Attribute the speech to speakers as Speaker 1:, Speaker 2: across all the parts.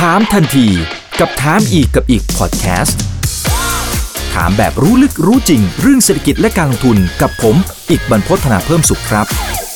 Speaker 1: ถามทันทีกับถามอีกกับอีกพอดแคสต์ถามแบบรู้ลึกรู้จริงเรื่องเศรษฐกิจและการลงทุนกับผมอีกบรรพต ธนาเพิ่มสุขครับ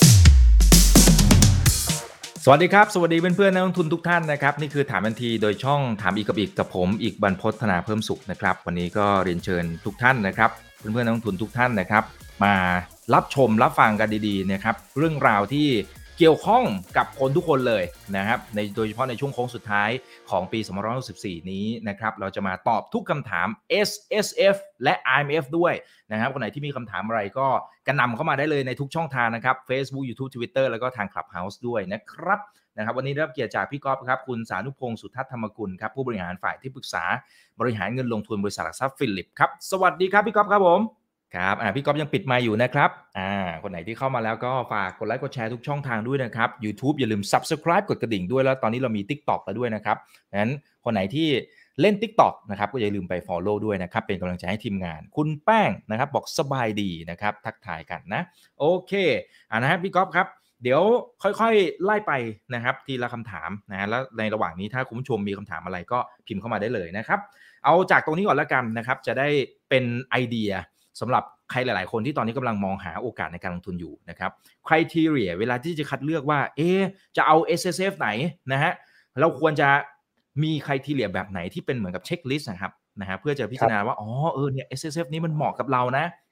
Speaker 1: สวัสดีครับสวัสดีเพื่อนๆนักลงทุนทุกท่านนะครับนี่คือถามทันทีโดยช่องถามอีกกับอีกกับผมอีกบรรพต ธนาเพิ่มสุขนะครับวันนี้ก็เรียนเชิญทุกท่านนะครับเพื่อนๆนักลงทุนทุกท่านนะครับมารับชมรับฟังกันดีๆนะครับเรื่องราวที่เกี่ยวข้องกับคนทุกคนเลยนะครับโดยเฉพาะในช่วงโค้งสุดท้ายของปี2564นี้นะครับเราจะมาตอบทุกคำถาม SSF และ IMF ด้วยนะครับคนไหนที่มีคำถามอะไรก็กระหน่ำเข้ามาได้เลยในทุกช่องทางนะครับ Facebook YouTube Twitter แล้วก็ทาง Clubhouse ด้วยนะครับวันนี้ได้รับเกียรติจากพี่ก๊อฟครับคุณสานุพงศ์สุทัศน์ธรรมกุลครับผู้บริหารฝ่ายที่ปรึกษาบริหารเงินลงทุนบริษัทหลักทรัพย์ฟิลิปครับสวัสดีครับพี่ก๊อฟครับผมครับพี่ก๊อฟยังปิดไมค์อยู่นะครับคนไหนที่เข้ามาแล้วก็ฝากกดไลค์กดแชร์ทุกช่องทางด้วยนะครับ YouTube อย่าลืม Subscribe กดกระดิ่งด้วยแล้วตอนนี้เรามี TikTok แล้วด้วยนะครับงั้นคนไหนที่เล่น TikTok นะครับก็อย่าลืมไป Follow ด้วยนะครับเป็นกำลังใจให้ทีมงานคุณแป้งนะครับบอกสบายดีนะครับทักทายกันนะโอเคนะครับพี่ก๊อฟครับเดี๋ยวค่อยๆไล่ไปนะครับทีละคำถามนะแล้วในระหว่างนี้ถ้าคุณผู้ชมมีคำถามอะไรก็พิมพ์เข้ามาได้เลยนะครับเอาจากตรงนี้ก่อนแล้วกันนะครับจะได้เป็นไอเดียสำหรับใครหลายๆคนที่ตอนนี้กำลังมองหาโอกาสในการลงทุนอยู่นะครับ criteria เวลาที่จะคัดเลือกว่าจะเอา SSF ไหนนะฮะเราควรจะมี criteria แบบไหนที่เป็นเหมือนกับเช็คลิสต์นะครับนะฮะเพื่อจะพิจารณาว่าเนี่ย SSF นี้มันเหมาะกับเรา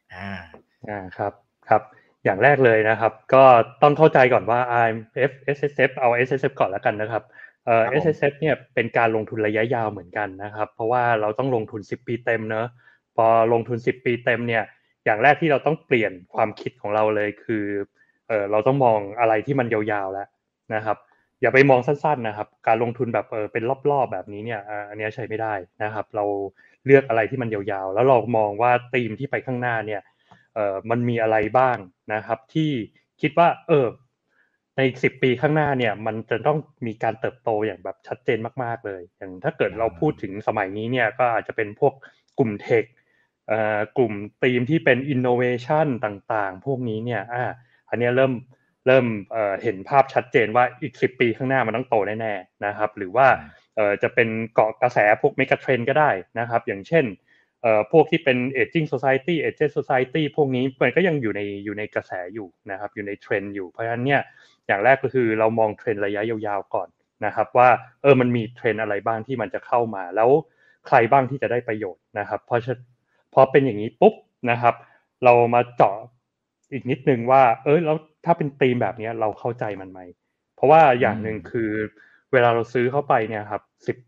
Speaker 2: นะครับอย่างแรกเลยนะครับก็ต้องเข้าใจก่อนว่า IMF SSF เอา SSF ก่อนแล้วกันนะครับSSF เนี่ยเป็นการลงทุนระยะยาวเหมือนกันนะครับเพราะว่าเราต้องลงทุน10ปีเต็มเนอะพอลงทุน10ปีเต็มเนี่ยอย่างแรกที่เราต้องเปลี่ยนความคิดของเราเลยคือเราต้องมองอะไรที่มันยาวๆแล้วนะครับอย่าไปมองสั้นๆนะครับการลงทุนแบบเป็นรอบๆแบบนี้เนี่ยอันนี้ใช้ไม่ได้นะครับเราเลือกอะไรที่มันยาวๆแล้วเรามองว่าธีมที่ไปข้างหน้าเนี่ยมันมีอะไรบ้างนะครับที่คิดว่าใน10ปีข้างหน้าเนี่ยมันจะต้องมีการเติบโตอย่างแบบชัดเจนมากๆเลยอย่างถ้าเกิดเราพูดถึงสมัยนี้เนี่ยก็อาจจะเป็นพวกกลุ่มเทคกลุ่มธีมที่เป็น innovation ต่างๆพวกนี้เนี่ยอันนี้เริ่มเห็นภาพชัดเจนว่าอีก10ปีข้างหน้ามันต้องโตแน่ๆนะครับหรือว่าจะเป็นเกาะกระแสพวก mega trend ก็ได้นะครับอย่างเช่นพวกที่เป็น aging society aged society พวกนี้มันก็ยังอยู่ในกระแสอยู่นะครับอยู่ในเทรนด์อยู่เพราะฉะนั้นเนี่ยอย่างแรกก็คือเรามองเทรนด์ระยะยาวๆก่อนนะครับว่ามันมีเทรนด์อะไรบ้างที่มันจะเข้ามาแล้วใครบ้างที่จะได้ประโยชน์นะครับพอเป็นอย่างนี้ปุ๊บนะครับเรามาเจาะอีกนิดนึงว่าแล้วถ้าเป็นธีมแบบนี้เราเข้าใจมันไหมเพราะว่าอย่างนึงคือเวลาเราซื้อเข้าไปเนี่ยครับ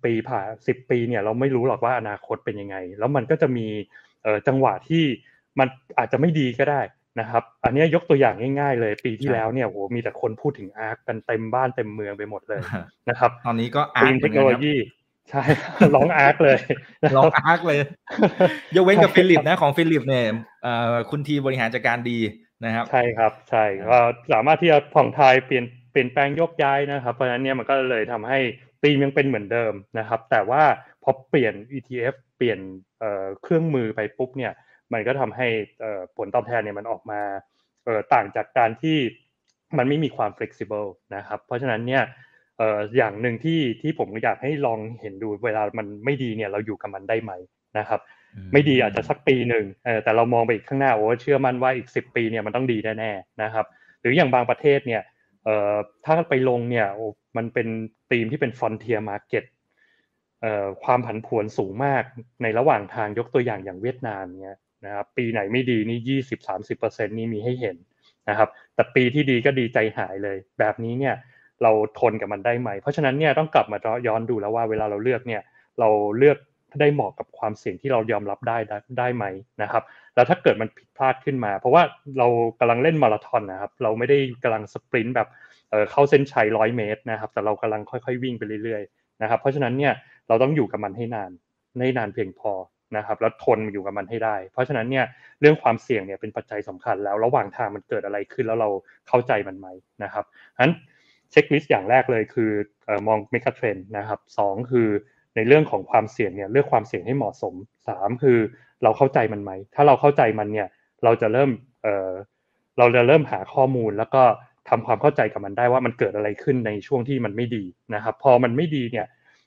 Speaker 2: 10 ปีเนี่ยเราไม่รู้หรอกว่าอนาคตเป็นยังไงแล้วมันก็จะมีจังหวะที่มันอาจจะไม่ดีก็ได้นะครับอันนี้ยกตัวอย่างง่ายๆเลยปีที่แล้วเนี่ยโหมีแต่คนพูดถึงอาร์คกันเต็มบ้านเต็มเมืองไปหมดเลยนะครับ
Speaker 1: ตอนนี้ก็อาร์ค
Speaker 2: เทคโนโลยีใช่ร้องอาร์คเลย
Speaker 1: ร้องอาร์คเลยยกเว้นกับฟิลิปนะของฟิลิปเนี่ยคุณทีบริหารจัดการดีนะครับ
Speaker 2: ใช่ครับใช่ก็สามารถที่จะผ่องทายเปลี่ยนแปลงยกย้ายนะครับเพราะฉะนั้นเนี่ยมันก็เลยทำให้ธีมยังเป็นเหมือนเดิมนะครับแต่ว่าพอเปลี่ยน ETF เปลี่ยนเครื่องมือไปปุ๊บเนี่ยมันก็ทำให้ผลตอบแทนเนี่ยมันออกมาต่างจากการที่มันไม่มีความ flexible นะครับเพราะฉะนั้นเนี่ยอย่างหนึ่งที่ผมอยากให้ลองเห็นดูเวลามันไม่ดีเนี่ยเราอยู่กับมันได้ไหมนะครับไม่ดีอาจจะสักปีหนึ่งแต่เรามองไปอีกข้างหน้าเชื่อมั่นว่าอีก10 ปีเนี่ยมันต้องดีแน่ๆนะครับหรืออย่างบางประเทศเนี่ยถ้าไปลงเนี่ยมันเป็นธีมที่เป็น frontier market ความผันผวนสูงมากในระหว่างทางยกตัวอย่างเวียดนามเนี่ยนะครับปีไหนไม่ดีนี่ 20-30% นี่มีให้เห็นนะครับแต่ปีที่ดีก็ดีใจหายเลยแบบนี้เนี่ยเราทนกับมันได้ไหมเพราะฉะนั้นเนี่ยต้องกลับมาย้อนดูแล้วว่าเวลาเราเลือกเนี่ยเราเลือกได้เหมาะกับความเสี่ยงที่เรายอมรับได้ไหมนะครับแล้วถ้าเกิดมันผิดพลาดขึ้นมาเพราะว่าเรากำลังเล่นมาราธอนนะครับเราไม่ได้กำลังสปรินต์แบบเข้าเส้นชัย100 เมตรนะครับแต่เรากำลังค่อยๆวิ่งไปเรื่อยๆนะครับเพราะฉะนั้นเนี่ยเราต้องอยู่กับมันให้นานเพียงพอนะครับแล้วทนอยู่กับมันให้ได้เพราะฉะนั้นเนี่ยเรื่องความเสี่ยงเนี่ยเป็นปัจจัยสำคัญแล้วระหว่างทางมันเกิดอะไรขึ้นแล้วเราเข้าใจมันไหมนะครับงั้นเช็คลิสต์อย่างแรกเลยคือมองเมกะเทรนด์นะครับ2คือในเรื่องของความเสี่ยงเนี่ยเลือกความเสี่ยงให้เหมาะสม3คือเราเข้าใจมันไหมถ้าเราเข้าใจมันเนี่ยเราจะเริ่มหาข้อมูลแล้วก็ทำความเข้าใจกับมันได้ว่ามันเกิดอะไรขึ้นในช่วงที่มันไม่ดีนะครับพอมันไม่ดีเนี่ย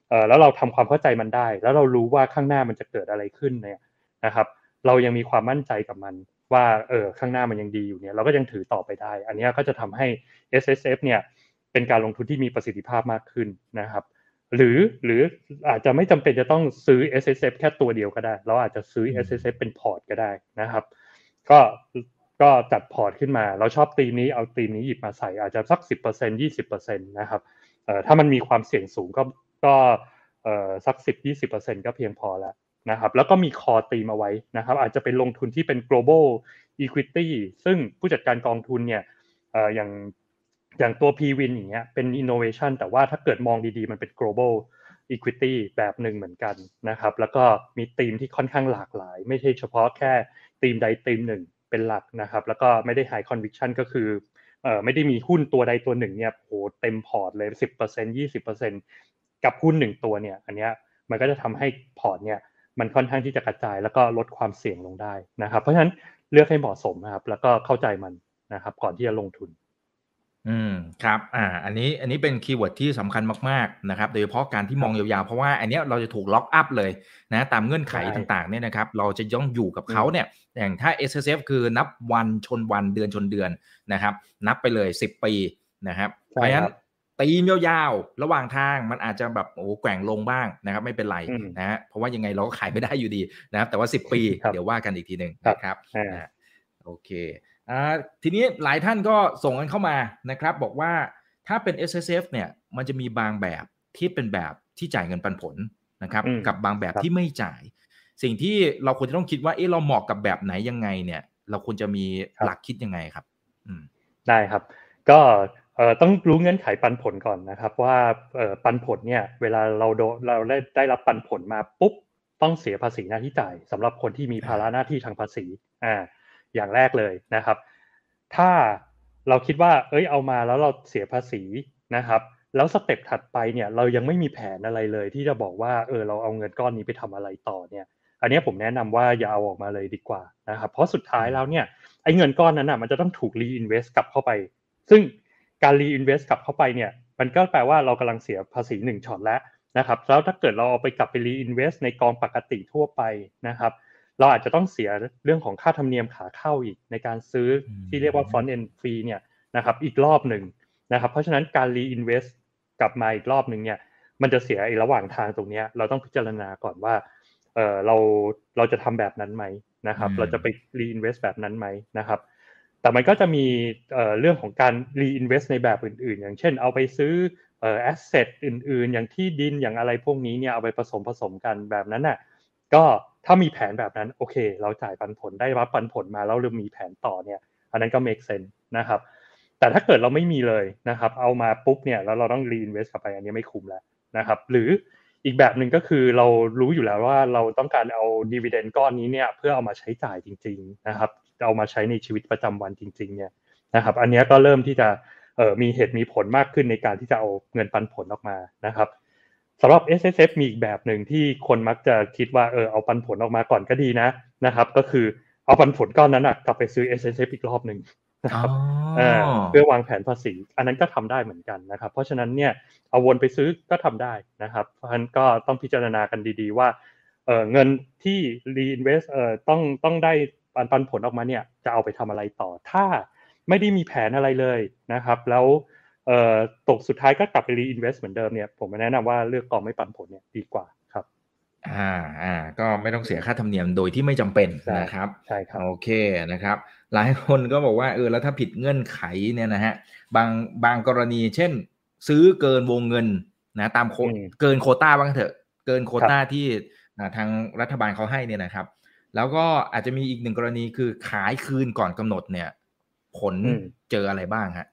Speaker 2: แล้วเราทำความเข้าใจมันได้แล้วเรารู้ว่าข้างหน้ามันจะเกิดอะไรขึ้นเนี่ยนะครับเรายังมีความมั่นใจกับมันว่าข้างหน้ามันยังดีอยู่เนี่ยเราก็ยังถือต่อไปได้อันนี้ก็จะทำให้ S&P เนี่ยเป็นการลงทุนที่มีประสิทธิภาพมากขึ้นนะครับหรืออาจจะไม่จำเป็นจะต้องซื้อ S&P แค่ตัวเดียวก็ได้เราอาจจะซื้อ S&P เป็นพอร์ตก็ได้นะครับก็ก็จัดพอร์ตขึ้นมาเราชอบธีมนี้เอาธีมนี้หยิบมาใส่อาจจะสัก 10% 20%นะครับถ้ามันมีความเสี่ยงสูงก็สัก 10-20% ก็เพียงพอแล้วนะครับแล้วก็มี core theme เอาไว้นะครับอาจจะเป็นลงทุนที่เป็น global equity ซึ่งผู้จัดการกองทุนเนี่ยอย่างตัว PWin อย่างเงี้ยเป็น innovation แต่ว่าถ้าเกิดมองดีๆมันเป็น global equity แบบหนึ่งเหมือนกันนะครับแล้วก็มีธีมที่ค่อนข้างหลากหลายไม่ใช่เฉพาะแค่ธีมใดธีมหนึ่งเป็นหลักนะครับแล้วก็ไม่ได้ high conviction ก็คือไม่ได้มีหุ้นตัวใดตัวหนึ่งเนี่ยโหเต็มพอร์ตเลย 10% 20%กับหุ้น1ตัวเนี่ยอันเนี้ยมันก็จะทำให้พอร์ตเนี่ยมันค่อนข้างที่จะกระจายแล้วก็ลดความเสี่ยงลงได้นะครับเพราะฉะนั้นเลือกให้เหมาะสมนะครับแล้วก็เข้าใจมันนะครับก่อนที่จะลงทุน
Speaker 1: ครับอันนี้เป็นคีย์เวิร์ดที่สำคัญมากๆนะครับโดยเฉพาะการที่มองยาวๆเพราะว่าอันเนี้ยเราจะถูกล็อกอัพเลยนะตามเงื่อนไขต่างๆเนี่ยนะครับเราจะต้องอยู่กับเขาเนี่ยอย่างถ้า S&P คือนับวันชนวันเดือนชนเดือนนะครับนับไปเลย10ปีนะครับเพราะฉะนั้นตีมยาวๆระหว่างทางมันอาจจะแบบโอ้แกว่งลงบ้างนะครับไม่เป็นไรนะฮะเพราะว่ายังไงเราก็ขายไม่ได้อยู่ดีนะครับแต่ว่า10ปีเดี๋ยวว่ากันอีกทีนึงนะครับโอเคทีนี้หลายท่านก็ส่งกันเข้ามานะครับบอกว่าถ้าเป็น S&P เนี่ยมันจะมีบางแบบที่เป็นแบบที่จ่ายเงินปันผลนะครับกับบางแบบที่ไม่จ่ายสิ่งที่เราควรจะต้องคิดว่าเราเหมาะกับแบบไหนยังไงเนี่ยเราควรจะมีหลักคิดยังไงครับ
Speaker 2: ได้ครับก็ต้องรู้เงื่อนไขปันผลก่อนนะครับว่าปันผลเนี่ยเวลาเราได้รับปันผลมาปุ๊บต้องเสียภาษีหน้าที่จ่ายสำหรับคนที่มีภาระหน้าที่ทางภาษีอย่างแรกเลยนะครับถ้าเราคิดว่าเอามาแล้วเราเสียภาษีนะครับแล้วสเต็ปถัดไปเนี่ยเรายังไม่มีแผนอะไรเลยที่จะบอกว่าเราเอาเงินก้อนนี้ไปทำอะไรต่อเนี่ยอันนี้ผมแนะนำว่าอย่าเอาออกมาเลยดีกว่านะครับเพราะสุดท้ายแล้วเนี่ยไอ้เงินก้อนนั้นน่ะมันจะต้องถูก reinvest กลับเข้าไปซึ่งการ reinvest กลับเข้าไปเนี่ยมันก็แปลว่าเรากำลังเสียภาษี1ช็อตแล้วนะครับแล้วถ้าเกิดเราเอาไปกลับไป reinvest ในกองปกติทั่วไปนะครับเราอาจจะต้องเสียเรื่องของค่าธรรมเนียมขาเข้าอีกในการซื้อที่เรียกว่า front end fee เนี่ยนะครับอีกรอบหนึ่งนะครับเพราะฉะนั้นการ reinvest กลับมาอีกรอบหนึ่งเนี่ยมันจะเสียระหว่างทางตรงนี้เราต้องพิจารณาก่อนว่าเราจะทำแบบนั้นไหมนะครับเราจะไป reinvest แบบนั้นไหมนะครับแต่มันก็จะมีเรื่องของการ reinvest ในแบบอื่นๆอย่างเช่นเอาไปซื้อasset อื่นๆอย่างที่ดินอย่างอะไรพวกนี้เนี่ยเอาไปผสมกันแบบนั้นน่ะก็ถ้ามีแผนแบบนั้นโอเคเราจ่ายปันผลได้รับปันผลมาแล้วเรามีแผนต่อเนี่ยอันนั้นก็ make sense นะครับแต่ถ้าเกิดเราไม่มีเลยนะครับเอามาปุ๊บเนี่ยแล้วเราต้อง reinvest กลับไปอันนี้ไม่คุ้มแล้วนะครับหรืออีกแบบหนึ่งก็คือเรารู้อยู่แล้วว่าเราต้องการเอา dividend ก้อนนี้เนี่ยเพื่อเอามาใช้จ่ายจริงๆนะครับเอามาใช้ในชีวิตประจำวันจริงๆเนี่ยนะครับอันนี้ก็เริ่มที่จะมีเหตุมีผลมากขึ้นในการที่จะเอาเงินปันผลออกมานะครับสำหรับ S&P มีอีกแบบหนึ่งที่คนมักจะคิดว่าเอาปันผลออกมาก่อนก็ดีนะครับก็คือเอาปันผลก้อนนั้นกลับไปซื้อ S&P อีกรอบหนึ่งนะครับเพื่อวางแผนภาษีอันนั้นก็ทำได้เหมือนกันนะครับเพราะฉะนั้นเนี่ยเอาวนไปซื้อก็ทำได้นะครับเพราะฉะนั้นก็ต้องพิจารณากันดีๆว่าเงินที่ reinvest ต้องได้ปันผลออกมาเนี่ยจะเอาไปทำอะไรต่อถ้าไม่ได้มีแผนอะไรเลยนะครับแล้วตกสุดท้ายก็กลับไป reinvest เหมือนเดิมเนี่ยผมแนะนำว่าเลือกกองไม่ปันผลเนี่ยดีกว่าครับ
Speaker 1: ก็ไม่ต้องเสียค่าธรรมเนียมโดยที่ไม่จำเป็นนะครับ
Speaker 2: ใช่ครับ
Speaker 1: โอเคนะครับหลายคนก็บอกว่าแล้วถ้าผิดเงื่อนไขเนี่ยนะฮะบางกรณีเช่นซื้อเกินวงเงินนะตามเกินโควต้าบ้างเถอะเกินโควต้าที่ทางรัฐบาลเขาให้เนี่ยนะครับแล้วก็อาจจะมีอีกหนึ่งกรณีคือขายคืนก่อนกำหนดเนี่ยผลเจออะไรบ้างฮะ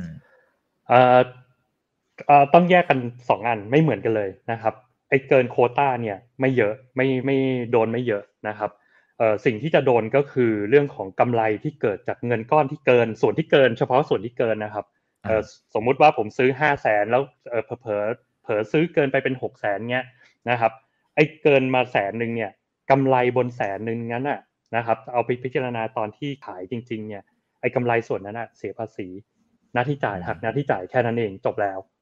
Speaker 2: ต้องแยกกัน2อันไม่เหมือนกันเลยนะครับไอ้เกินโควต้าเนี่ยไม่เยอะไม่โดนไม่เยอะนะครับสิ่งที่จะโดนก็คือเรื่องของกำไรที่เกิดจากเงินก้อนที่เกินส่วนที่เกินเฉพาะส่วนที่เกินนะครับสมมุติว่าผมซื้อ500,000แล้วเผลอซื้อเกินไปเป็น600,000เงี้ยนะครับไอ้เกินมา100,000เนี่ยกำไรบน100,000นั้นนะครับเอาไปพิจารณาตอนที่ขายจริงๆเนี่ยไอ้กำไรส่วนนั้นเสียภาษีหน้าที่จ่ายหักหน้าที่จ่ายแค่นั้นเองจบแล้ว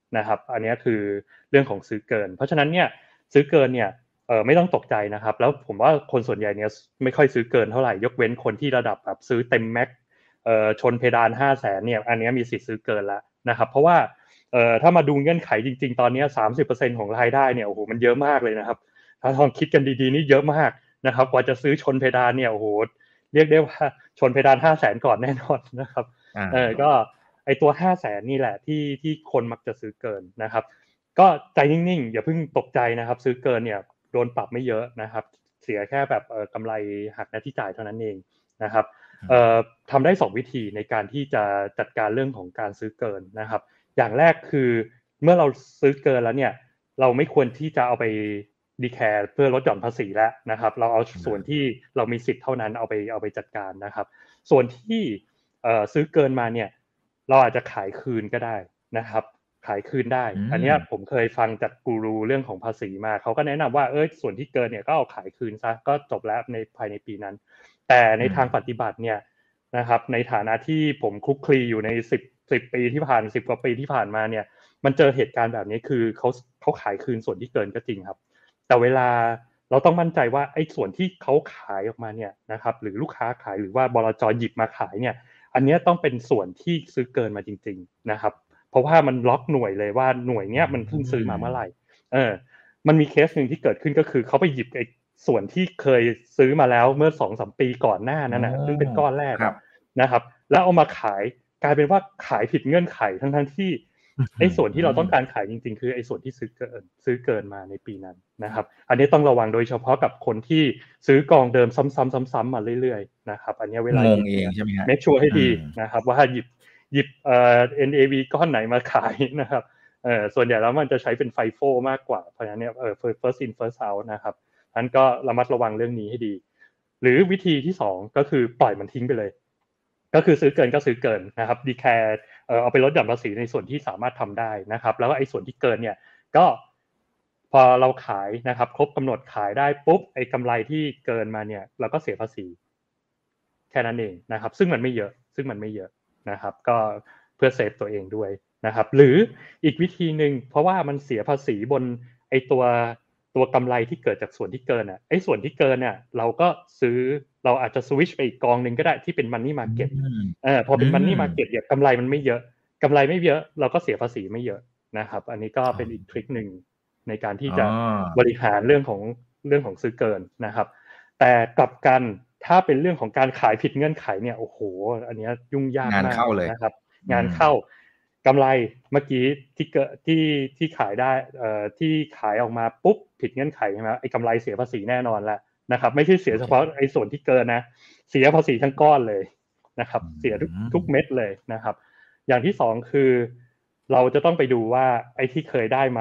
Speaker 2: นะครับอันนี้คือเรื่องของซื้อเกินเพราะฉะนั้นเนี่ยซื้อเกินเนี่ยไม่ต้องตกใจนะครับแล้วผมว่าคนส่วนใหญ่เนี่ยไม่ค่อยซื้อเกินเท่าไหร่ยกเว้นคนที่ระดับแบบซื้อเต็มแม็กชนเพดาน500,000เนี่ยอันนี้มีสิทธิ์ซื้อเกินแล้วนะครับเพราะว่าถ้ามาดูเงื่อนไขจริงๆตอนนี้ 30% ของรายได้เนี่ยโอ้โหมันเยอะมากเลยนะครับถ้าลองคิดกันดีๆนี่เยอะมากนะครับกว่าจะซื้อชนเพดานเนี่ยโอ้โหเรียกได้ว่าชนเพดาน500,000ก่อนแน่นอนนะครับก็ไอตัว500,000นี่แหละที่คนมักจะซื้อเกินนะครับก็ใจนิ่งๆอย่าเพิ่งตกใจนะครับซื้อเกินเนี่ยโดนปรับไม่เยอะนะครับเสียแค่แบบกำไรหักหน้าที่จ่ายเท่านั้นเองนะครับทำได้2วิธีในการที่จะจัดการเรื่องของการซื้อเกินนะครับอย่างแรกคือเมื่อเราซื้อเกินแล้วเนี่ยเราไม่ควรที่จะเอาไปดีแคร์เพื่อลดหย่อนภาษีแล้วนะครับเราเอาส่วนที่เรามีสิทธิ์เท่านั้นเอาไปจัดการนะครับส่วนที่ซื้อเกินมาเนี่ยเราอาจจะขายคืนก็ได้นะครับขายคืนได้อันนี้ผมเคยฟังจากกูรูเรื่องของภาษีมาเขาก็แนะนำว่าส่วนที่เกินเนี่ยก็เอาขายคืนซะก็จบแล้วภายในปีนั้นแต่ในทางปฏิบัติเนี่ยนะครับในฐานะที่ผมคลุกคลีอยู่ใน10ปีที่ผ่าน10กว่าปีที่ผ่านมาเนี่ยมันเจอเหตุการณ์แบบนี้คือเขาขายคืนส่วนที่เกินก็จริงครับแต่เวลาเราต้องมั่นใจว่าไอ้ส่วนที่เขาขายออกมาเนี่ยนะครับหรือลูกค้าขายหรือว่าบลจ.หยิบมาขายเนี่ยอันนี้ต้องเป็นส่วนที่ซื้อเกินมาจริงๆนะครับเพราะว่ามันล็อกหน่วยเลยว่าหน่วยเนี้ยมันเพิ่งซื้อมาเมื่อไหร่มันมีเคสนึงที่เกิดขึ้นก็คือเขาไปหยิบไอ้ส่วนที่เคยซื้อมาแล้วเมื่อ 2-3 ปีก่อนหน้านั้นน่ะซึ่งเป็นก้อนแรกนะครับแล้วเอามาขายกลายเป็นว่าขายผิดเงื่อนไขทั้งที่ไอ้ส่วนที่เราต้องการขายจริงๆคือไอ้ส่วนที่ซื้อเกินมาในปีนั้นนะครับอันนี้ต้องระวังโดยเฉพาะกับคนที่ซื้อกองเดิมซ้ำๆๆๆมาเรื่อยๆนะครับอันนี้เวลาหยิบ
Speaker 1: เองใช่ไหมฮะ
Speaker 2: make sure ให้ดีนะครับว่าหยิบNAV ก้อนไหนมาขายนะครับส่วนใหญ่แล้วมันจะใช้เป็น FIFO มากกว่าเพราะฉะนั้นเนี่ยfirst in first out นะครับนั้นก็ระมัดระวังเรื่องนี้ให้ดีหรือวิธีที่2ก็คือปล่อยมันทิ้งไปเลยก็คือซื้อเกินก็ซื้อเกินนะครับ declare เอาไปลดหย่อนภาษีในส่วนที่สามารถทำได้นะครับแล้วก็ไอ้ส่วนที่เกินเนี่ยก็พอเราขายนะครับครบกำหนดขายได้ปุ๊บไอ้กำไรที่เกินมาเนี่ยเราก็เสียภาษีแค่นั้นเองนะครับซึ่งมันไม่เยอะนะครับก็เพื่อเซฟตัวเองด้วยนะครับหรืออีกวิธีนึงเพราะว่ามันเสียภาษีบนไอ้ตัวกำไรที่เกิดจากส่วนที่เกินอ่ะไอ้ส่วนที่เกินเนี่ยเราก็ซื้อเราอาจจะสวิตช์ไปอีกกองนึงก็ได้ที่เป็น Money Market พอเป็น Money Market เนี่ยกำไรมันไม่เยอะเราก็เสียภาษีไม่เยอะนะครับอันนี้ก็เป็นอีกทริคนึงในการที่จะบริหารเรื่องของซื้อเกินนะครับแต่กลับกันถ้าเป็นเรื่องของการขายผิดเงื่อนไขเนี่ยโอ้โหอันนี้ยุ่งยากมากนะครับงานเข้ากำไรเมื่อกี้ที่ขายได้ที่ขายออกมาปุ๊บผิดเงื่อนไขใช่ไหมไอ้กำไรเสียภาษีแน่นอนแล้วนะครับไม่ใช่เสียเฉพาะไอ้ส่วนที่เกินนะเสียภาษีทั้งก้อนเลยนะครับเสียทุกเม็ดเลยนะครับอย่างที่2คือเราจะต้องไปดูว่าไอ้ที่เคยได้มา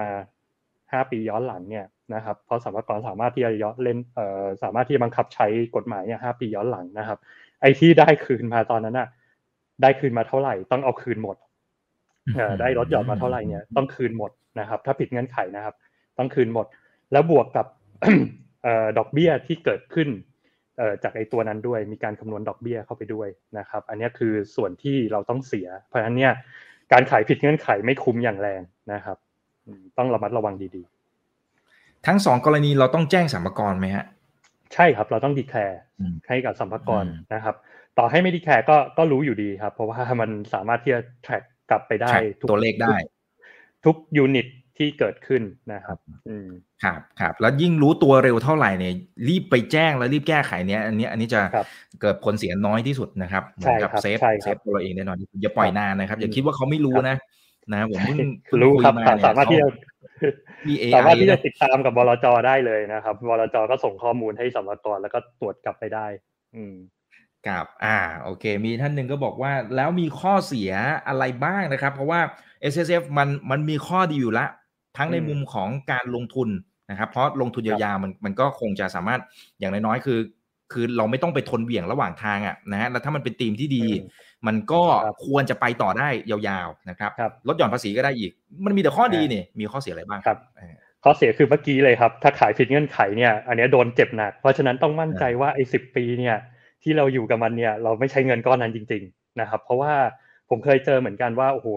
Speaker 2: 5ปีย้อนหลังเนี่ยนะครับเพราะสรรพากรสามารถที่จะสามารถที่จะบังคับใช้กฎหมายเนี่ย5ปีย้อนหลังนะครับไอ้ที่ได้คืนมาตอนนั้นน่ะได้คืนมาเท่าไหร่ต้องเอาคืนหมดได้ลดหย่อนมาเท่าไหร่เนี่ยต้องคืนหมดนะครับถ้าผิดเงื่อนไขนะครับต้องคืนหมดแล้วบวกกับดอกเบี้ยที่เกิดขึ้นจากไอ้ตัวนั้นด้วยมีการคำนวณดอกเบี้ยเข้าไปด้วยนะครับอันนี้คือส่วนที่เราต้องเสียเพราะฉะนั้นเนี่ยการขายผิดเงื่อนไขไม่คุ้มอย่างแรงนะครับต้องระมัดระวังดี
Speaker 1: ๆทั้ง2กรณีเราต้องแจ้งสรรพากรไหมฮะ
Speaker 2: ใช่ครับเราต้องดีแคร์ให้กับสรรพากรนะครับต่อให้ไม่ดีแคร์ก็รู้อยู่ดีครับเพราะว่ามันสามารถที่จะ track กลับไปได้
Speaker 1: ตัวเลขได้
Speaker 2: ทุกยูนิตที่เกิดขึ้นนะครับ
Speaker 1: ครับแล้วยิ่งรู้ตัวเร็วเท่าไหร่เนี่ยรีบไปแจ้งแล้วรีบแก้ไขเนี้ยอันนี้จะเกิดผลเสียน้อยที่สุดนะครับเหมือนกับเซฟตัวเราเองได้น้อยที่สุดอย่าปล่อยนานนะครับอย่าคิดว่าเขาไม่รู้นะผมเพิ่ง
Speaker 2: รู้ครับสามารถที่
Speaker 1: จะ
Speaker 2: ติดตามกับบลจ.ได้เลยนะครับบลจ.ก็ส่งข้อมูลให้สรรพากรแล้วก็ตรวจกลับไปได้
Speaker 1: ครับโอเคมีท่านหนึ่งก็บอกว่าแล้วมีข้อเสียอะไรบ้างนะครับเพราะว่า SSF มันมีข้อดีอยู่แล้วทั้งในมุมของการลงทุนนะครับเพราะลงทุนยาวๆมันก็คงจะสามารถอย่างน้อยๆคือเราไม่ต้องไปทนเหวี่ยงระหว่างทางนะฮะแล้วถ้ามันเป็นธีมที่ดีมันก็ควรจะไปต่อได้ยาวๆนะครับลดหย่อนภาษีก็ได้อีกมันมีแต่ข้อดีนี่มีข้อเสียอะไรบ้าง
Speaker 2: ครับข้อเสียคือเมื่อกี้เลยครับถ้าขายผิดเงื่อนไขเนี่ยอันนี้โดนเจ็บหนักเพราะฉะนั้นต้องมั่นใจว่าไอ้10 ปีเนี่ยที่เราอยู่กับมันเนี่ยเราไม่ใช้เงินก้อนนั้นจริงๆนะครับเพราะว่าผมเคยเจอเหมือนกันว่าโอ้โห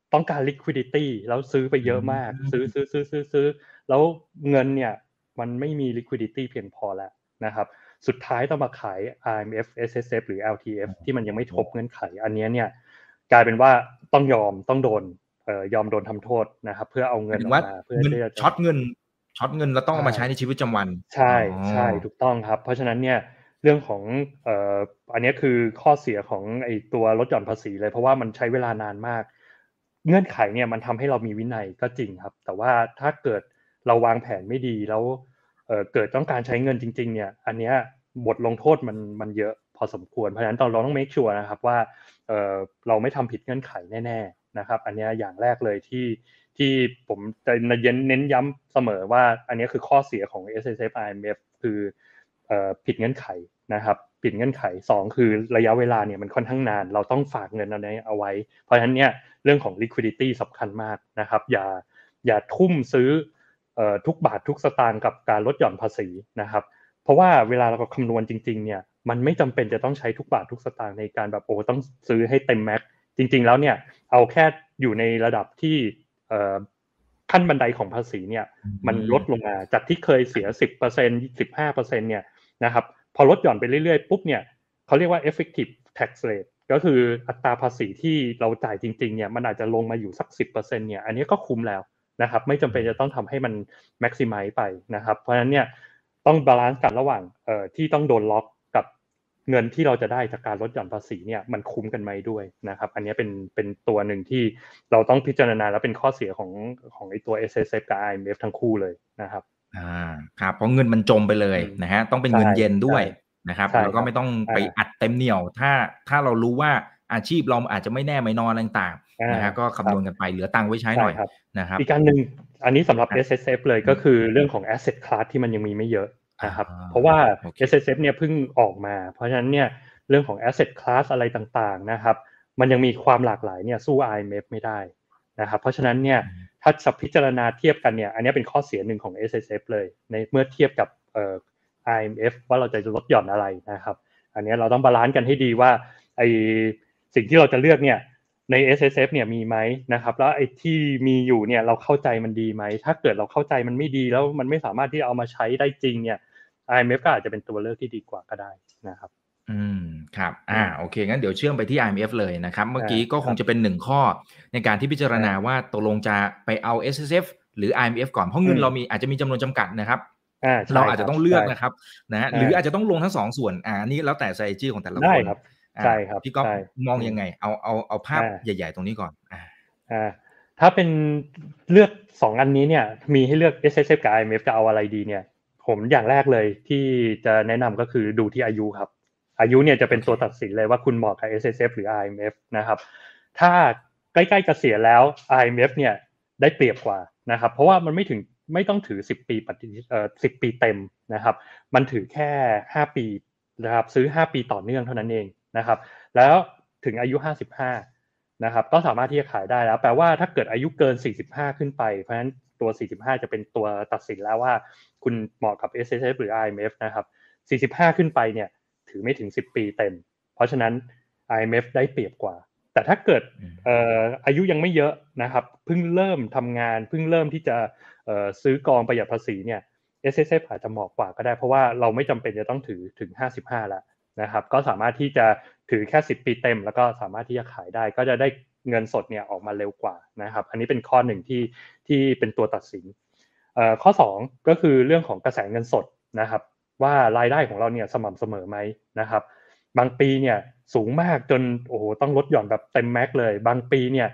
Speaker 2: ต้องการ liquidity แล้วซื้อไปเยอะมากซื้อแล้วเงินเนี่ยมันไม่มี liquidity เพียงพอแล้วนะครับสุดท้ายต้องมาขาย IMF SSF หรือ LTF ที่มันยังไม่ครบเงื่อนไขอันนี้เนี่ยกลายเป็นว่าต้องโดนยอมโดนทำโทษนะครับเพื่อเอาเงินออกมาเพื่อ
Speaker 1: เงิน
Speaker 2: ที่จะ
Speaker 1: ช็อตเงินแล้วต้องเอามาใช้ในชีวิตประจำวัน
Speaker 2: ใช่ถูกต้องครับเพราะฉะนั้นเนี่ยเรื่องของอันนี้คือข้อเสียของไอ้ตัวลดหย่อนภาษีเลยเพราะว่ามันใช้เวลานานมากเงื่อนไขเนี่ยมันทำให้เรามีวินัยก็จริงครับแต่ว่าถ้าเกิดเราวางแผนไม่ดีแล้วเกิดต้องการใช้เงินจริงๆเนี่ยอันเนี้ยบทลงโทษมันเยอะพอสมควรเพราะฉะนั้นเราต้อง make sure นะครับว่าเราไม่ทำผิดเงื่อนไขแน่ๆนะครับอันนี้อย่างแรกเลยที่ผมจะเน้นย้ำเสมอว่าอันนี้คือข้อเสียของ SSF IMF คือผิดเงื่อนไขนะครับผิดเงื่อนไข2คือระยะเวลาเนี่ยมันค่อนข้างนานเราต้องฝากเงินเอาไว้เพราะฉะนั้นเนี่ยเรื่องของ liquidity สำคัญมากนะครับอย่าทุ่มซื้อทุกบาททุกสตางค์กับการลดหย่อนภาษีนะครับเพราะว่าเวลาเราคำนวณจริงๆเนี่ยมันไม่จำเป็นจะต้องใช้ทุกบาททุกสตางค์ในการแบบต้องซื้อให้เต็มแม็กจริงๆแล้วเนี่ยเอาแค่อยู่ในระดับที่ขั้นบันไดของภาษีเนี่ยมันลดลงมาจากที่เคยเสีย 10% 15%เนี่ยนะครับพอลดหย่อนไปเรื่อยๆปุ๊บเนี่ยเขาเรียกว่า effective tax rate ก็คืออัตราภาษีที่เราจ่ายจริงๆเนี่ยมันอาจจะลงมาอยู่สัก 10% เนี่ยอันนี้ก็คุ้มแล้วนะครับไม่จำเป็นจะต้องทำให้มัน maximize ไปนะครับเพราะฉะนั้นเนี่ยต้องบาลานซ์กันระหว่างที่ต้องโดนล็อกกับเงินที่เราจะได้จากการลดหย่อนภาษีเนี่ยมันคุ้มกันไหมด้วยนะครับอันนี้เป็นตัวหนึ่งที่เราต้องพิจารณาและเป็นข้อเสียของไอ้ตัว SSF กับ IMF ทั้งคู่เลยนะครับ
Speaker 1: ครับเพราะเงินมันจมไปเลยนะฮะต้องเป็นเงินเย็นด้วยนะครับแล้วก็ไม่ต้องไปอัดเต็มเหนี่ยวถ้าเรารู้ว่าอาชีพเราอาจจะไม่แน่ไม่นอนต่างๆนะฮะก็คำนวณกันไปเหลือตังค์ไว้ใช้หน่อยนะครับ
Speaker 2: อีกการหนึ่งอันนี้สำหรับ SSF เลยก็คือเรื่องของ asset class ที่มันยังมีไม่เยอะนะครับเพราะว่า SSF เนี่ยเพิ่งออกมาเพราะฉะนั้นเนี่ยเรื่องของ asset class อะไรต่างๆนะครับมันยังมีความหลากหลายเนี่ยสู้ IMF ไม่ได้นะครับเพราะฉะนั้นเนี่ยถ้าจะพิจารณาเทียบกันเนี่ยอันนี้เป็นข้อเสียหนึ่งของ SSF เลยในเมื่อเทียบกับIMF ว่าเราจะลดหย่อนอะไรนะครับอันนี้เราต้องบาลานซ์กันให้ดีว่าไอสิ่งที่เราจะเลือกเนี่ยใน SSF เนี่ยมีไหมนะครับแล้วไอ้ที่มีอยู่เนี่ยเราเข้าใจมันดีไหมถ้าเกิดเราเข้าใจมันไม่ดีแล้วมันไม่สามารถที่เอามาใช้ได้จริงเนี่ย IMF ก็อาจจะเป็นตัวเลือกที่ดีกว่าก็ได้นะครับ
Speaker 1: ครับโอเคงั้นเดี๋ยวเชื่อมไปที่ IMF เลยนะครับเมื่อกี้ก็คงจะเป็น1ข้อในการที่พิจารณาว่าตกลงจะไปเอา SSF หรือ IMF ก่อนเพราะเงินเราอาจจะมีจำนวนจำกัดนะครับเราอาจจะต้องเลือกนะครับนะฮะหรืออาจจะต้องลงทั้ง2ส่วนนี่แล้วแต่ strategy ของแต่ละคน
Speaker 2: ใช่ครับ
Speaker 1: พี่ก๊อฟมองยังไงเอาภาพใหญ่ๆตรงนี้ก่อน
Speaker 2: ถ้าเป็นเลือก2อันนี้เนี่ยมีให้เลือก SSF กับ IMF จะเอาอะไรดีเนี่ยผมอย่างแรกเลยที่จะแนะนำก็คือดูที่อายุครับอายุเนี่ยจะเป็นตัวตัดสินเลยว่าคุณเหมาะกับ SSF หรือ IMF นะครับถ้าใกล้ๆเกษียณแล้ว IMF เนี่ยได้เปรียบกว่านะครับเพราะว่ามันไม่ต้องถือ10 ปี10 ปีเต็มนะครับมันถือแค่5 ปีนะครับซื้อ5 ปีต่อเนื่องเท่านั้นเองนะครับแล้วถึงอายุ55นะครับก็สามารถที่จะขายได้แล้วแปลว่าถ้าเกิดอายุเกิน45ขึ้นไปเพราะฉะนั้นตัว45จะเป็นตัวตัดสินแล้วว่าคุณเหมาะกับ SSF หรือ IMF นะครับ45ขึ้นไปเนี่ยถือไม่ถึง10 ปีเต็มเพราะฉะนั้น IMF ได้เปรียบกว่าแต่ถ้าเกิดอายุยังไม่เยอะนะครับเพิ่งเริ่มทำงานเพิ่งเริ่มที่จะซื้อกองประหยัดภาษีเนี่ย SSF อาจจะเหมาะกว่าก็ได้เพราะว่าเราไม่จำเป็นจะต้องถือถึง55แล้วนะครับก็สามารถที่จะถือแค่10 ปีเต็มแล้วก็สามารถที่จะขายได้ก็จะได้เงินสดเนี่ยออกมาเร็วกว่านะครับอันนี้เป็นข้อหนึ่งที่เป็นตัวตัดสินข้อ2ก็คือเรื่องของกระแสเงินสดนะครับว่ารายได้ของเราเนี่ยสม่ำเสมอไหมนะครับบางปีเนี่ยสูงมากจนโอ้โหต้องลดหย่อนแบบเต็มแม็กเลยบางปีเนี่ย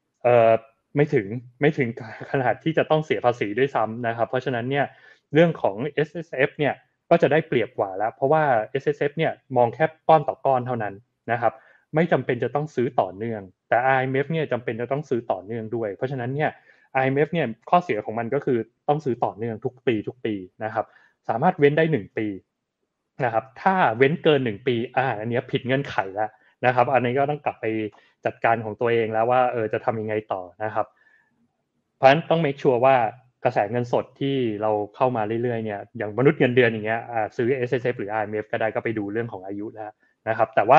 Speaker 2: ไม่ถึงขนาดที่จะต้องเสียภาษีด้วยซ้ำนะครับเพราะฉะนั้นเนี่ยเรื่องของ SSF เนี่ยก็จะได้เปรียบกว่าแล้วเพราะว่า SSF เนี่ยมองแค่ก้อนต่อก้อนเท่านั้นนะครับไม่จำเป็นจะต้องซื้อต่อเนื่องแต่ IMF เนี่ยจำเป็นจะต้องซื้อต่อเนื่องด้วยเพราะฉะนั้นเนี่ย IMF เนี่ยข้อเสียของมันก็คือต้องซื้อต่อเนื่องทุกปีนะครับสามารถเว้นได้1 ปีนะครับถ้าเว้นเกิน1 ปีอันนี้ผิดเงื่อนไขแล้วนะครับอันนี้ก็ต้องกลับไปจัดการของตัวเองแล้วว่าจะทำยังไงต่อนะครับเพราะฉะนั้นต้อง make sure ว่ากระแสเงินสดที่เราเข้ามาเรื่อยๆเนี่ยอย่างมนุษย์เงินเดือนอย่างเงี้ยซื้อ SSF หรือ IMF ก็ได้ก็ไปดูเรื่องของอายุแล้วนะครับแต่ว่า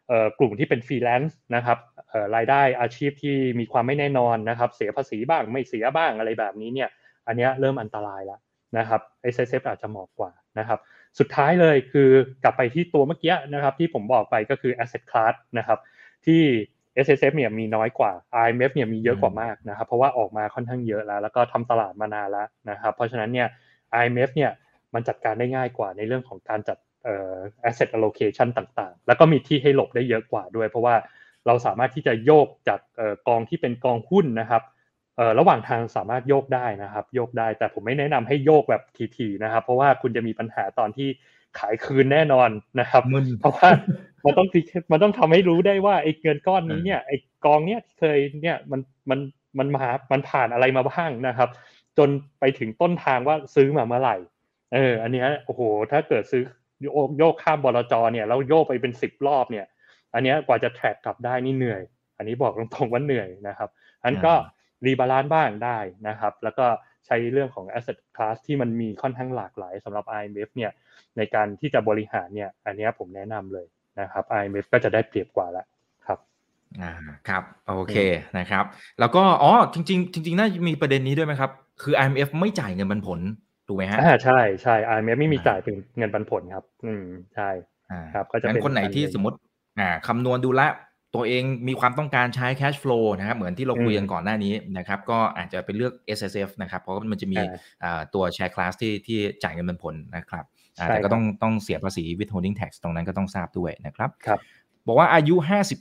Speaker 2: กลุ่มที่เป็นฟรีแลนซ์นะครับรายได้อาชีพที่มีความไม่แน่นอนนะครับเสียภาษีบ้างไม่เสียบ้างอะไรแบบนี้เนี่ยอันนี้เริ่มอันตรายแล้วนะครับ SSF อาจจะเหมาะกว่านะครับสุดท้ายเลยคือกลับไปที่ตัวเมื่อกี้นะครับที่ผมบอกไปก็คือ asset class นะครับที่ SSF เนี่ยมีน้อยกว่า IMF เนี่ยมีเยอะกว่ามากนะครับเพราะว่าออกมาค่อนข้างเยอะแล้วก็ทำตลาดมานานแล้วนะครับเพราะฉะนั้นเนี่ย IMF เนี่ยมันจัดการได้ง่ายกว่าในเรื่องของการจัดasset allocation ต่างๆแล้วก็มีที่ให้หลบได้เยอะกว่าด้วยเพราะว่าเราสามารถที่จะโยกจากกองที่เป็นกองหุ้นนะครับระหว่างทางสามารถโยกได้นะครับโยกได้แต่ผมไม่แนะนำให้โยกแบบถี่ๆนะครับเพราะว่าคุณจะมีปัญหาตอนที่ขายคืนแน่นอนนะครับเพราะว่ามันต้องทำให้รู้ได้ว่าไอ้เงินก้อนนี้เนี่ยไอ้กองเนี้ยเคยเนี่ยมันผ่านอะไรมาบ้างนะครับจนไปถึงต้นทางว่าซื้อมาเมื่อไหร่อันนี้โอ้โหถ้าเกิดซื้อโยกข้ามบลจเนี่ยแล้วโยกไปเป็น10 รอบเนี่ยอันนี้กว่าจะแทร็กกลับได้นี่เหนื่อยอันนี้บอกตรงๆว่าเหนื่อยนะครับอันก็รีบาลานซ์บ้างได้นะครับแล้วก็ใช้เรื่องของ asset class ที่มันมีค่อนข้างหลากหลายสำหรับ IMF เนี่ยในการที่จะบริหารเนี่ยอันนี้ผมแนะนำเลยนะครับ IMF ก็จะได้เปรียบกว่าแล้วครับ
Speaker 1: ครับโอเคนะครับแล้วก็จริงๆน่าจะมีประเด็นนี้ด้วยไหมครับคือ IMF ไม่จ่ายเงินปันผลถูกไหมฮะ
Speaker 2: ใช่ IMF ไม่มีจ่ายเป็นเงินปันผลครับใช่ครับก็จะเป็น
Speaker 1: คนไหนที่สมมติคำนวณดูแลตัวเองมีความต้องการใช้ cash flow นะครับเหมือนที่เราคุยกันก่อนหน้านี้นะครับก็อาจจะไปเลือก SSF นะครับเพราะมันจะมีตัว share class ที่จ่ายเงินปันผลนะครับแต่ก็ต้องเสียภาษี withholding tax ตรงนั้นก็ต้องทราบด้วยนะครับบอกว่าอายุ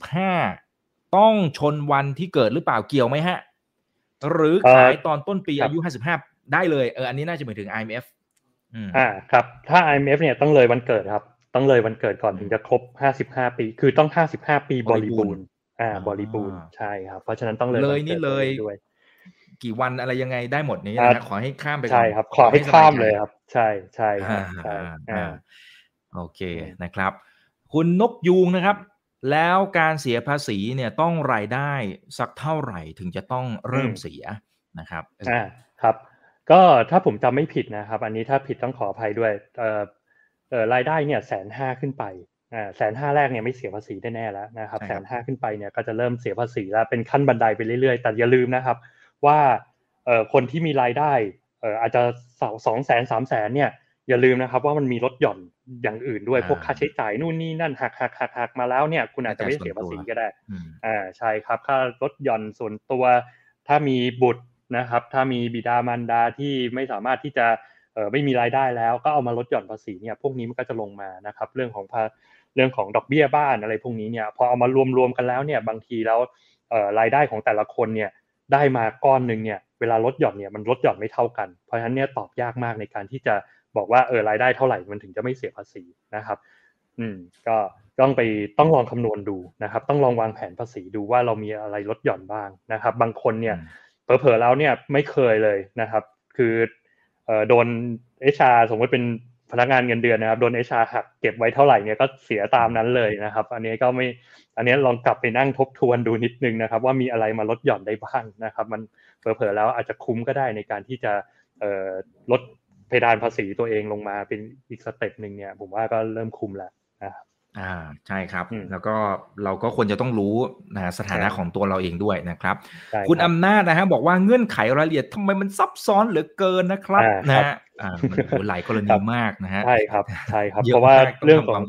Speaker 1: 55ต้องชนวันที่เกิดหรือเปล่าเกี่ยวไหมฮะหรือขายตอนต้นปีอายุ55ได้เลยอันนี้น่าจะหมายถึง IMF
Speaker 2: ครับถ้า IMF เนี่ยต้องเลยวันเกิดครับต้องเลยวันเกิดก่อนถึงจะครบ55 ปีคือต้อง55 ปีบริบูรณ์บริบูรณ์ใช่ครับเพราะฉะนั้นต้องเลยวันเกิดด้วย
Speaker 1: กี่วันอะไรยังไงได้หมดนี้นะขอให้ข้ามไปก่อน
Speaker 2: ใช่ครับขอให้ข้ามเลยครับใช่ครับใช่
Speaker 1: โอเคนะครับคุณนกยูงนะครับแล้วการเสียภาษีเนี่ยต้องรายได้สักเท่าไหร่ถึงจะต้องเริ่มเสียนะครับ
Speaker 2: ครับก็ถ้าผมจำไม่ผิดนะครับอันนี้ถ้าผิดต้องขออภัยด้วยรายได้เนี่ย150,000ขึ้นไป150,000แรกเนี่ยไม่เสียภาษีแน่ๆแล้วนะครับ150,000ขึ้นไปเนี่ยก็จะเริ่มเสียภาษีแล้วเป็นขั้นบันไดไปเรื่อยๆแต่อย่าลืมนะครับว่าคนที่มีรายได้อาจจะ200,000 300,000เนี่ยอย่าลืมนะครับว่ามันมีลดหย่อนอย่างอื่นด้วยพวกค่าใช้จ่ายนู่นนี่นั่นหักมาแล้วเนี่ยคุณอาจจะไม่เสียภาษีก็ได้ใช่ครับค่าลดหย่อนส่วนตัวถ้ามีบุตรนะครับถ้ามีบิดามารดาที่ไม่สามารถที่จะไม่มีรายได้แล้วก็เอามาลดหย่อนภาษีเนี่ยพวกนี้มันก็จะลงมานะครับเรื่องของดอกเบี้ยบ้านอะไรพวกนี้เนี่ยพอเอามารวมกันแล้วเนี่ยบางทีแล้วรายได้ของแต่ละคนเนี่ยได้มาก้อนนึงเนี่ยเวลาลดหย่อนเนี่ยมันลดหย่อนไม่เท่ากันเพราะฉะนั้นเนี่ยตอบยากมากในการที่จะบอกว่ารายได้เท่าไหร่มันถึงจะไม่เสียภาษีนะครับก็ต้องลองคำนวณดูนะครับต้องลองวางแผนภาษีดูว่าเรามีอะไรลดหย่อนบ้างนะครับบางคนเนี่ยเผลอๆแล้วเนี่ยไม่เคยเลยนะครับคือโดน HR สมมติเป็นพนักงานเงินเดือนนะครับโดน HR หักเก็บไว้เท่าไหร่เนี่ยก็เสียตามนั้นเลยนะครับอันนี้ลองกลับไปนั่งทบทวนดูนิดนึงนะครับว่ามีอะไรมาลดหย่อนได้บ้างนะครับมันเผลอๆแล้วอาจจะคุ้มก็ได้ในการที่จะลดเพดานภาษีตัวเองลงมาเป็นอีกสเต็ปนึงเนี่ยผมว่าก็เริ่มคุ้มแล้วนะครับ
Speaker 1: ใช่ครับแล้วก็เราก็ควรจะต้องรู้สถานะของตัวเราเองด้วยนะครับคุณอำนาจนะฮะบอกว่าเงื่อนไขรายละเอียดทำไมมันซับซ้อนเหลือเกินนะครับนะมันหลายกรณีมากนะฮะ
Speaker 2: ใช่ครับเพราะว่าเรื่องของ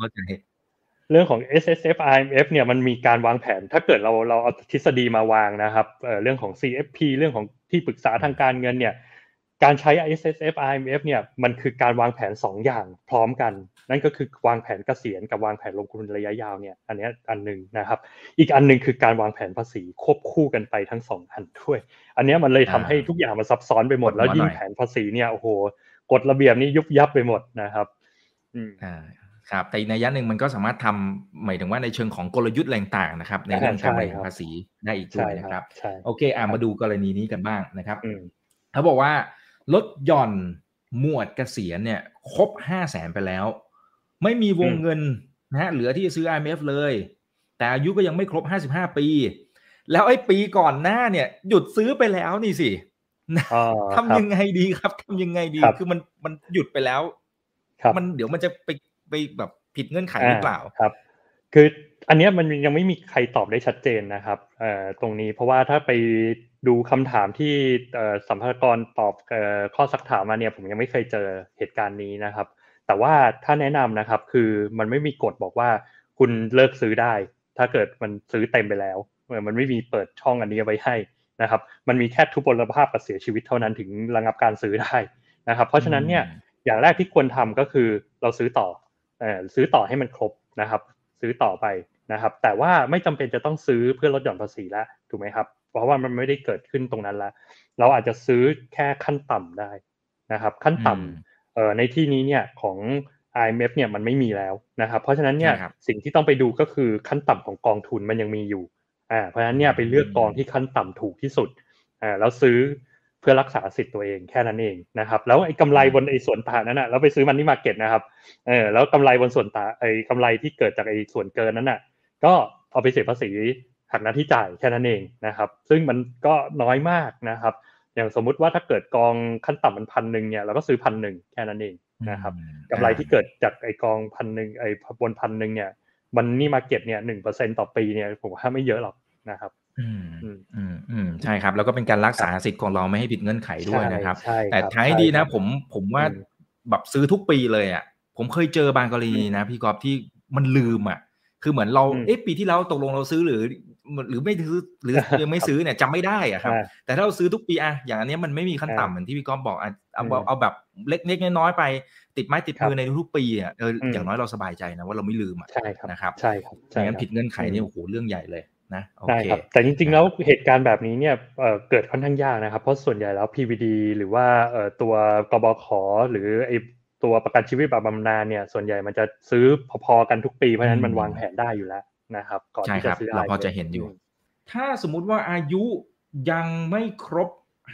Speaker 2: SSF IMF เนี่ยมันมีการวางแผนถ้าเกิดเราเอาทฤษฎีมาวางนะครับเรื่องของ CFP เรื่องของที่ปรึกษาทางการเงินเนี่ยการใช้ SSF IMF เนี่ยมันคือการวางแผน2อย่างพร้อมกันนั่นก็คือวางแผนเกษียณกับวางแผนลงทุนระยะยาวเนี่ยอันนี้อันนึงนะครับอีกอันนึงคือการวางแผนภาษีควบคู่กันไปทั้ง2อันด้วยอันนี้มันเลยทำให้ทุกอย่างมันซับซ้อนไปหมดแล้วยิ่งแผนภาษีเนี่ยโอ้โหกฎระเบียบนี้ยุบยับไปหมดนะครับ
Speaker 1: ครับแต่ในนัยนึงมันก็สามารถทำหมายถึงว่าในเชิงของกลยุทธ์ต่างๆนะครับในเรื่องการบริหารภาษีได้อีกด้วยนะครับโอเคมาดูกรณีนี้กันบ้างนะครับเขาบอกว่าลดหย่อนหมวดเกษียณเนี่ยครบ 500,000 ไปแล้วไม่มีวงเงินนะฮะเหลือที่จะซื้อ IMF เลยแต่อายุก็ยังไม่ครบ55 ปีแล้วไอ้ปีก่อนหน้าเนี่ยหยุดซื้อไปแล้วนี่สิทำยังไงดีครับทำยังไงดีคือมันหยุดไปแล้วมันเดี๋ยวมันจะไปแบบผิดเงื่อนไขหรือเปล่า
Speaker 2: ครับคืออันเนี้ยมันยังไม่มีใครตอบได้ชัดเจนนะครับตรงนี้เพราะว่าถ้าไปดูคำถามที่สัมภาระกรตอบข้อซักถามมาเนี่ยผมยังไม่เคยเจอเหตุการณ์นี้นะครับแต่ว่าถ้าแนะนำนะครับคือมันไม่มีกฎบอกว่าคุณเลิกซื้อได้ถ้าเกิดมันซื้อเต็มไปแล้วมันไม่มีเปิดช่องอันนี้ไว้ให้นะครับมันมีแค่ทุพพลภาพกับเสียชีวิตเท่านั้นถึงระงับการซื้อได้นะครับเพราะฉะนั้นเนี่ยอย่างแรกที่ควรทำก็คือเราซื้อต่อซื้อต่อให้มันครบนะครับซื้อต่อไปนะครับแต่ว่าไม่จำเป็นจะต้องซื้อเพื่อลดหย่อนภาษีแล้วถูกไหมครับเพราะว่ามันไม่ได้เกิดขึ้นตรงนั้นแล้วเราอาจจะซื้อแค่ขั้นต่ำได้นะครับขั้นต่ำในที่นี้เนี่ยของ IMF เนี่ยมันไม่มีแล้วนะครับเพราะฉะนั้นเนี่ยสิ่งที่ต้องไปดูก็คือขั้นต่ำของกองทุนมันยังมีอยู่เพราะฉะนั้นเนี่ยไปเลือกกองที่ขั้นต่ำถูกที่สุดแล้วซื้อเพื่อรักษาสิทธิ์ตัวเองแค่นั้นเองนะครับแล้วไอ้กำไรบนไอ้ส่วนต่างนั้นนะเราไปซื้อมันนี่มาร์เก็ตนะครับแล้วกำไรบนส่วนต่างไอ้กำไรที่เกิดจากไอ้ส่วนเกินนั้นน่ะก็เอาไปเสียภาษีหักหน้าที่จ่ายแค่นั้นเองนะครับซึ่งมันก็น้อยมากนะครับอย่างสมมุติว่าถ้าเกิดกองขั้นต่ำมัน1,000เนี่ยเราก็ซื้อ1,000แค่นั้นเองนะครับกำไรที่เกิดจากไอ้กอง1,000ไอ้บน1,000เนี่ยมันนี่มาร์เก็ตเนี่ย 1% ต่อปีเนี่ยผมว่าไม่เยอะหรอกนะครับ
Speaker 1: ใช่ครับแล้วก็เป็นการรักษาสิทธิ์ของเราไม่ให้ผิดเงื่อนไขด้วยนะครับแต่ท้ายดีนะผมว่าแบบซื้อทุกปีเลยอ่ะผมเคยเจอบางกรณีนะพี่กอล์ฟที่มันลืมอ่ะคือเหมือนเราปีที่แล้วตกลงเราซื้อหรือไม่ซื้อหรือยังไม่ซื้อเนี่ยจำไม่ได้อ่ะครับแต่ถ้าเราซื้อทุกปีอะอย่างอันนี้มันไม่มีขั้นต่ำเหมือนที่พี่กอล์ฟบอกเอาแบบเล็กๆน้อยๆไปติดไม้ติดมือในทุกปีอ่ะอย่างน้อยเราสบายใจนะว่าเราไม่ลืมอ่ะนะครับ
Speaker 2: ใช่ครับ
Speaker 1: ไม่งั้นผิดเงื่อนไขนี่โอ้โหเรื่องใหญ่เลยนะ
Speaker 2: ใช่ครับแต่จริงๆแล้วเหตุการณ์แบบนี้เนี่ยเกิดค่อนข้างยากนะครับเพราะส่วนใหญ่แล้ว PVD หรือว่าตัวกบข.หรือไอ้ตัวประกันชีวิตแบบบำนาญเนี่ยส่วนใหญ่มันจะซื้อพอๆกันทุกปีเพราะฉะนั้นมันวางแผนได้อยู่แล้วนะครับก่อนที่จะซื้อ
Speaker 1: เราพอจะเห็นอยู่ถ้าสมมุติว่าอายุยังไม่ครบ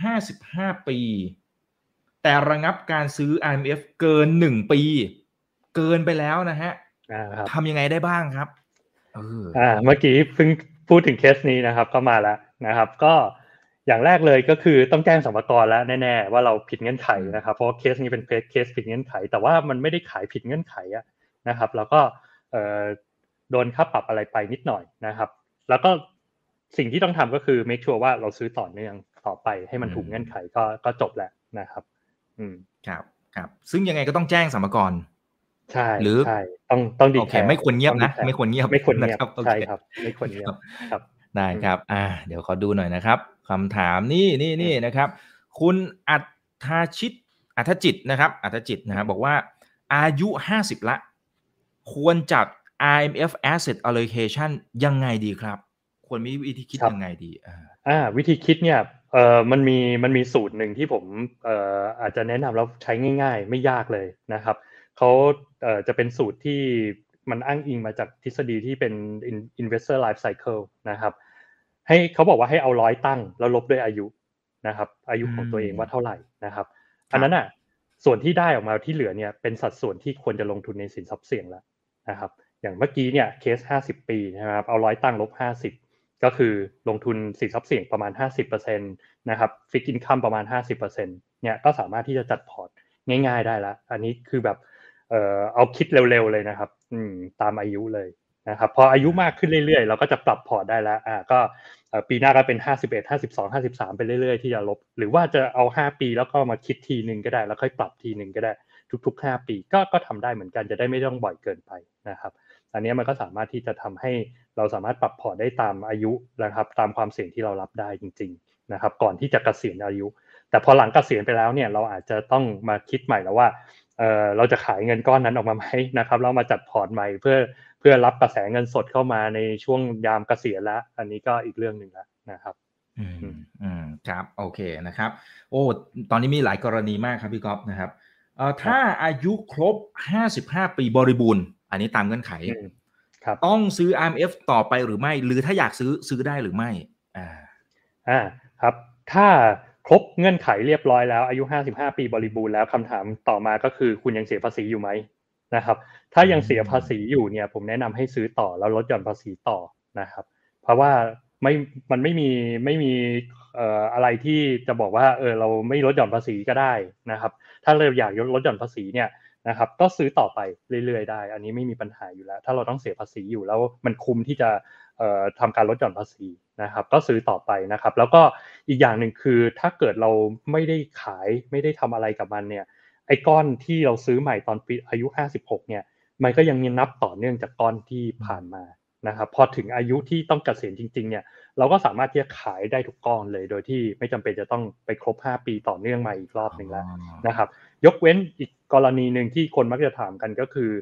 Speaker 1: 55ปีแต่ระงับการซื้อ IMF เกิน1ปีเกินไปแล้วนะฮะทำยังไงได้บ้างครับ
Speaker 2: เมื่อกี้เพิ่งพูดถึงเคสนี้นะครับก็มาแล้วนะครับก็อย่างแรกเลยก็คือต้องแจ้งสรรพากรแล้วแน่ๆว่าเราผิดเงื่อนไขนะครับเพราะเคสนี้เป็นเคสผิดเงื่อนไขแต่ว่ามันไม่ได้ขายผิดเงื่อนไขนะครับแล้วก็โดนค่าปรับอะไรไปนิดหน่อยนะครับแล้วก็สิ่งที่ต้องทำก็คือ make sure ว่าเราซื้อต่อเนื่องต่อไปให้มันถูกเงื่อนไขก็จบแล้วนะครับ
Speaker 1: ครับซึ่งยังไงก็ต้องแจ้งสรรพากร
Speaker 2: ใช่หรือใช่ต้องดีแคร์
Speaker 1: ไม่ควรเงียบนะไม่ควรเงียบ
Speaker 2: ใช่ครับไม่ควรเงียบครับ
Speaker 1: ได้ครับเดี๋ยวขอดูหน่อยนะครับคำถามนี่นะครับคุณอัธจิตนะครับบอกว่าอายุ50ละควรจัด IMF Asset Allocation ยังไงดีครับควรมีวิธีคิดยังไงดี
Speaker 2: วิธีคิดเนี่ยมันมีสูตรหนึ่งที่ผมอาจจะแนะนำแล้วใช้ง่ายๆไม่ยากเลยนะครับเขาจะเป็นสูตรที่มันอ้างอิงมาจากทฤษฎีที่เป็น investor life cycle นะครับให้เขาบอกว่าให้เอา100ตั้งแล้วลบด้วยอายุนะครับอายุของตัวเองว่าเท่าไหร่นะครับอันนั้นส่วนที่ได้ออกมาที่เหลือเนี่ยเป็นสัดส่วนที่ควรจะลงทุนในสินทรัพย์เสี่ยงแล้วนะครับอย่างเมื่อกี้เนี่ยเคส50ปีนะครับเอา100ตั้งลบ50ก็คือลงทุนสินทรัพย์เสี่ยงประมาณ 50% นะครับฟิกอินคัมประมาณ 50% เนี่ยก็สามารถที่จะจัดพอร์ตง่ายๆได้แล้วอันนี้คือแบบเอาคิดเร็วๆเลยนะครับตามอายุเลยนะครับพออายุมากขึ้นเรื่อยๆเราก็จะปรับพอร์ตได้แล้วก็ปีหน้าก็เป็น51 52 53ไปเรื่อยๆที่จะลบหรือว่าจะเอา5ปีแล้วก็มาคิดทีนึงก็ได้แล้วค่อยปรับทีนึงก็ได้ทุกๆ5ปีก็ทำได้เหมือนกันจะได้ไม่ต้องบ่อยเกินไปนะครับอันนี้มันก็สามารถที่จะทำให้เราสามารถปรับพอร์ตได้ตามอายุนะครับตามความเสี่ยงที่เรารับได้จริงๆนะครับก่อนที่จะเกษียณอายุแต่พอหลังเกษียณไปแล้วเนี่ยเราอาจจะต้องมาคิดใหม่แล้วว่าเราจะขายเงินก้อนนั้นออกมาไหมนะครับแล้วมาจัดพอร์ตใหม่เพื่อรับกระแสเงินสดเข้ามาในช่วงยามเกษียณแล้วอันนี้ก็อีกเรื่องนึงแล้วนะครับ
Speaker 1: ครับโอเคนะครับโอ้ตอนนี้มีหลายกรณีมากครับพี่ก๊อฟนะครับถ้าอายุครบ55ปีบริบูรณ์อันนี้ตามเงื่อนไขต้องซื้อ IMF ต่อไปหรือไม่หรือถ้าอยากซื้อได้หรือไม่
Speaker 2: ครับถ้าครบเงื่อนไขเรียบร้อยแล้วอายุ55ปีบริบูรณ์แล้วคำถามต่อมาก็คือคุณยังเสียภาษีอยู่ไหมนะครับถ้ายังเสียภาษีอยู่เนี่ยผมแนะนำให้ซื้อต่อแล้วลดหย่อนภาษีต่อนะครับเพราะว่ามันไม่มีอะไรที่จะบอกว่าเราไม่ลดหย่อนภาษีก็ได้นะครับถ้าเราอยากลดหย่อนภาษีเนี่ยนะครับก็ซื้อต่อไปเรื่อยๆได้อันนี้ไม่มีปัญหาอยู่แล้วถ้าเราต้องเสียภาษีอยู่แล้วมันคุ้มที่จะทำการลดหย่อนภาษีนะครับก็ซื้อต่อไปนะครับแล้วก็อีกอย่างหนึ่งคือถ้าเกิดเราไม่ได้ขายไม่ได้ทำอะไรกับมันเนี่ยไอ้ก้อนที่เราซื้อใหม่ตอนปีอายุ56เนี่ยมันก็ยังมีนับต่อเนื่องจากก้อนที่ผ่านมานะครับพอถึงอายุที่ต้องเกษียณจริงๆเนี่ยเราก็สามารถที่จะขายได้ทุกก้อนเลยโดยที่ไม่จำเป็นจะต้องไปครบ5ปีต่อเนื่องมาอีกรอบหนึ่งแล้วนะครับยกเว้นอีกกรณีหนึ่งที่คนมักจะถามกันก็คือ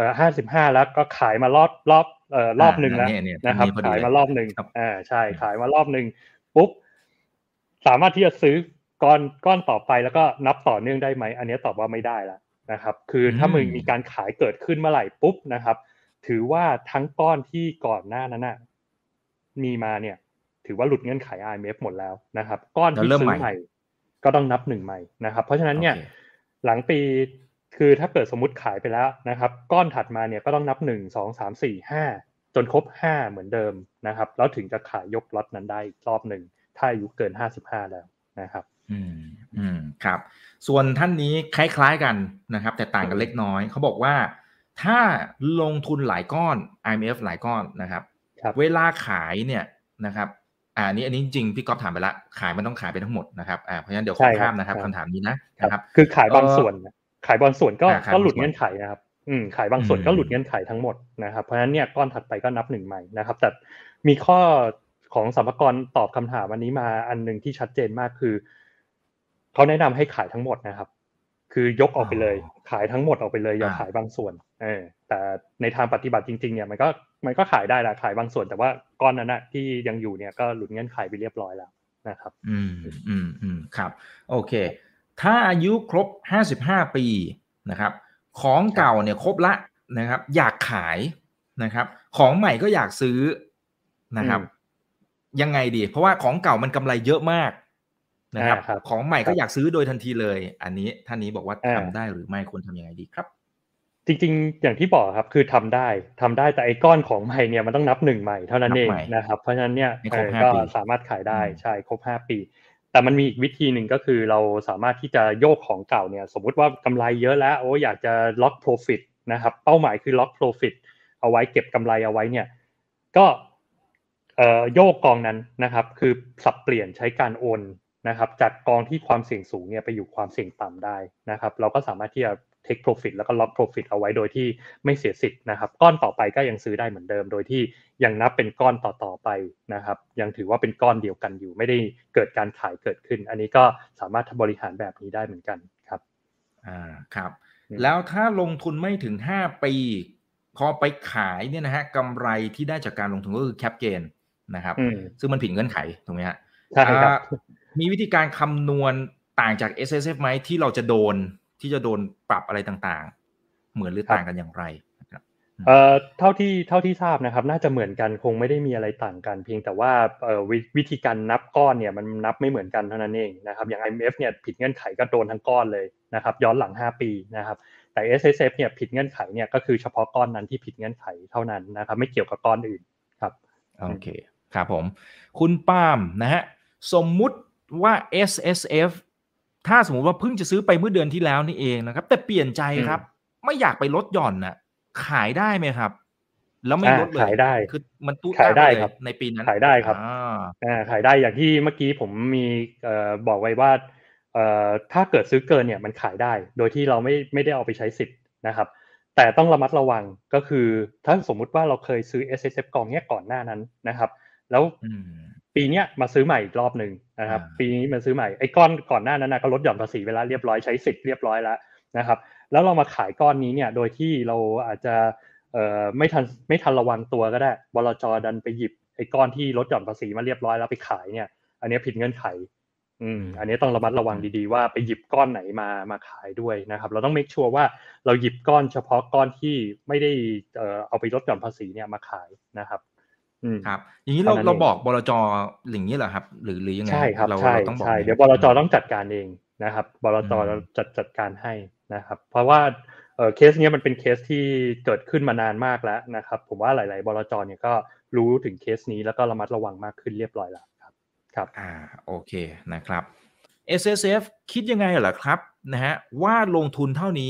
Speaker 2: 55แล้วก็ขายมรอบหนึ่งแล้วนะครับขายมารอบหนึ่งใช่ขายมารอบหนึ่งปุ๊บสามารถที่จะซื้อก้อนต่อไปแล้วก็นับต่อเนื่องได้ไหมอันนี้ตอบว่าไม่ได้แล้วนะครับคือถ้ามึงมีการขายเกิดขึ้นเมื่อไหร่ปุ๊บนะครับถือว่าทั้งก้อนที่ก่อนหน้านั้นมีมาเนี่ยถือว่าหลุดเงื่อนไข IMF หมดแล้วนะครับก้อนที่ซื้อใหม่ก็ต้องนับหนึ่งใหม่นะครับเพราะฉะนั้นเนี่ยหลังปีคือถ้าเกิดสมมุติขายไปแล้วนะครับก้อนถัดมาเนี่ยก็ต้องนับ1 2 3 4 5จนครบ5เหมือนเดิมนะครับแล้วถึงจะขายยกล็อตนั้นได้อีกรอบหนึ่งถ้าอายุเกิน55แล้วนะครับ
Speaker 1: ครับส่วนท่านนี้คล้ายๆกันนะครับแต่ต่างกันเล็กน้อยเขาบอกว่าถ้าลงทุนหลายก้อน IMF หลายก้อนนะครับเวลาขายเนี่ยนะครับอันนี้จริงพี่ก๊อฟถามไปละขายมันต้องขายไปทั้งหมดนะครับเพราะฉะนั้นเดี๋ยวขอข้ามนะครับคำถามนี้นะครับ
Speaker 2: คือขายบางส่วนก็หลุดเงื่อนไขนะครับขายบางส่วนก็หลุดเงื่อนไขทั้งหมดนะครับเพราะฉะนั้นเนี่ยก้อนถัดไปก็นับหนึ่งใหม่นะครับแต่มีข้อของสรรพากรตอบคำถามอันนี้มาอันนึงที่ชัดเจนมากคือเขาแนะนำให้ขายทั้งหมดนะครับคือยกออกไปเลยขายทั้งหมดออกไปเลยอย่าขายบางส่วนแต่ในทางปฏิบัติจริงๆเนี่ยมันก็ขายได้แหละขายบางส่วนแต่ว่าก้อนนั้นนะที่ยังอยู่เนี่ยก็หลุดเงื่อนไขไปเรียบร้อยแล้วนะครับ
Speaker 1: ครับโอเคถ้าอายุครบ55ปีนะครับของเก่าเนี่ยครบละนะครับอยากขายนะครับของใหม่ก็อยากซื้อนะครับยังไงดีเพราะว่าของเก่ามันกำไรเยอะมากนะครับของใหม่ก็อยากซื้อโดยทันทีเลยอันนี้ท่านนี้บอกว่าทำได้หรือไม่ควรทำยังไงดีครับ
Speaker 2: จริงๆอย่างที่บอกครับคือทำได้แต่ไอ้ก้อนของใหม่เนี่ยมันต้องนับ1ใหม่เท่านั้นเองนะครับเพราะฉะนั้นเนี่ยก็สามารถขายได้ใช่ครบ5ปีแต่มันมีอีกวิธีหนึ่งก็คือเราสามารถที่จะโยกของเก่าเนี่ยสมมุติว่ากำไรเยอะแล้วอยากจะล็อก profit นะครับเป้าหมายคือล็อก profit เอาไว้เก็บกำไรเอาไว้เนี่ยก็โยกกองนั้นนะครับคือสับเปลี่ยนใช้การโอนนะครับจากกองที่ความเสี่ยงสูงเนี่ยไปอยู่ความเสี่ยงต่ำได้นะครับเราก็สามารถที่จะtake profit แล้วก็ lock profit เอาไว้โดยที่ไม่เสียสิทธิ์นะครับก้อนต่อไปก็ยังซื้อได้เหมือนเดิมโดยที่ยังนับเป็นก้อนต่อๆไปนะครับยังถือว่าเป็นก้อนเดียวกันอยู่ไม่ได้เกิดการขายเกิดขึ้นอันนี้ก็สามารถบริหารแบบนี้ได้เหมือนกันครับ
Speaker 1: ครับแล้วถ้าลงทุนไม่ถึง5ปีพอไปขายเนี่ยนะฮะกำไรที่ได้จากการลงทุนก็คือ cap gain นะครับซึ่งมันผิดเงื่อนไขถูกไหมฮะ
Speaker 2: ใช่ครับ
Speaker 1: มีวิธีการคำนวณต่างจาก SSF ไหมที่เราจะโดนปรับอะไรต่างๆเหมือนหรือต่างกันอย่างไรครับ
Speaker 2: เท่าที่ทราบนะครับน่าจะเหมือนกันคงไม่ได้มีอะไรต่างกันเพียงแต่ว่าวิธีการนับก้อนเนี่ยมันนับไม่เหมือนกันเท่านั้นเองนะครับอย่าง IMF เนี่ยผิดเงื่อนไขก็โดนทั้งก้อนเลยนะครับย้อนหลัง5ปีนะครับแต่ SSF เนี่ยผิดเงื่อนไขเนี่ยก็คือเฉพาะก้อนนั้นที่ผิดเงื่อนไขเท่านั้นนะครับไม่เกี่ยวกับก้อนอื่นครับ
Speaker 1: โอเคครับผมคุณปาล์มนะฮะสมมุติว่า SSF ถ้าสมมุติว่าเพิ่งจะซื้อไปเมื่อเดือนที่แล้วนี่เองนะครับแต่เปลี่ยนใจครับไม่อยากไปลดหย่อนน่ะขายได้ไหมครับแล้วไม่ลดเลย
Speaker 2: ขายได้
Speaker 1: คือมันตู้
Speaker 2: ขายได้ครับ
Speaker 1: ในปีนั้น
Speaker 2: ขายได้ครับขายได้อย่างที่เมื่อกี้ผมมีบอกไว้ว่าถ้าเกิดซื้อเกินเนี่ยมันขายได้โดยที่เราไม่ได้เอาไปใช้สิทธิ์นะครับแต่ต้องระมัดระวังก็คือถ้าสมมุติว่าเราเคยซื้อ SSF กองเนี้ยก่อนหน้านั้นนะครับแล้วปีนี้มาซื้อใหม่อีกรอบนึงนะครับปีนี้มาซื้อใหม่ไอ้ก้อนก่อนหน้านั้นนะก็ลดหย่อนภาษีไปแล้วเรียบร้อยใช้สิทธิ์เรียบร้อยแล้วนะครับแล้วเรามาขายก้อนนี้เนี่ยโดยที่เราอาจจะไม่ทันระวังตัวก็ได้บลจ.ดันไปหยิบไอ้ก้อนที่ลดหย่อนภาษีมาเรียบร้อยแล้วไปขายเนี่ยอันนี้ผิดเงื่อนไขอันนี้ต้องระมัดระวังดีๆว่าไปหยิบก้อนไหนมาขายด้วยนะครับเราต้องเมคชัวร์ว่าเราหยิบก้อนเฉพาะก้อนที่ไม่ได้เอาไปลดหย่อนภาษีเนี่ยมาขายนะครับ
Speaker 1: ครับอย่างนี้เราบอกบลจ.อย่างนี้เหรอครับหรือยังไง
Speaker 2: ใช่ครับ
Speaker 1: เราต้องบอก
Speaker 2: เดี๋ยวบลจ.ต้องจัดการเองนะครับบลจ.จัดการให้นะครับเพราะว่าเคสนี้มันเป็นเคสที่เกิดขึ้นมานานมากแล้วนะครับผมว่าหลายๆบลจ.เนี่ยก็รู้ถึงเคสนี้แล้วก็ระมัดระวังมากขึ้นเรียบร้อยแล้วครับ
Speaker 1: โอเคนะครับ SSF คิดยังไงเหรอครับนะฮะว่าลงทุนเท่านี้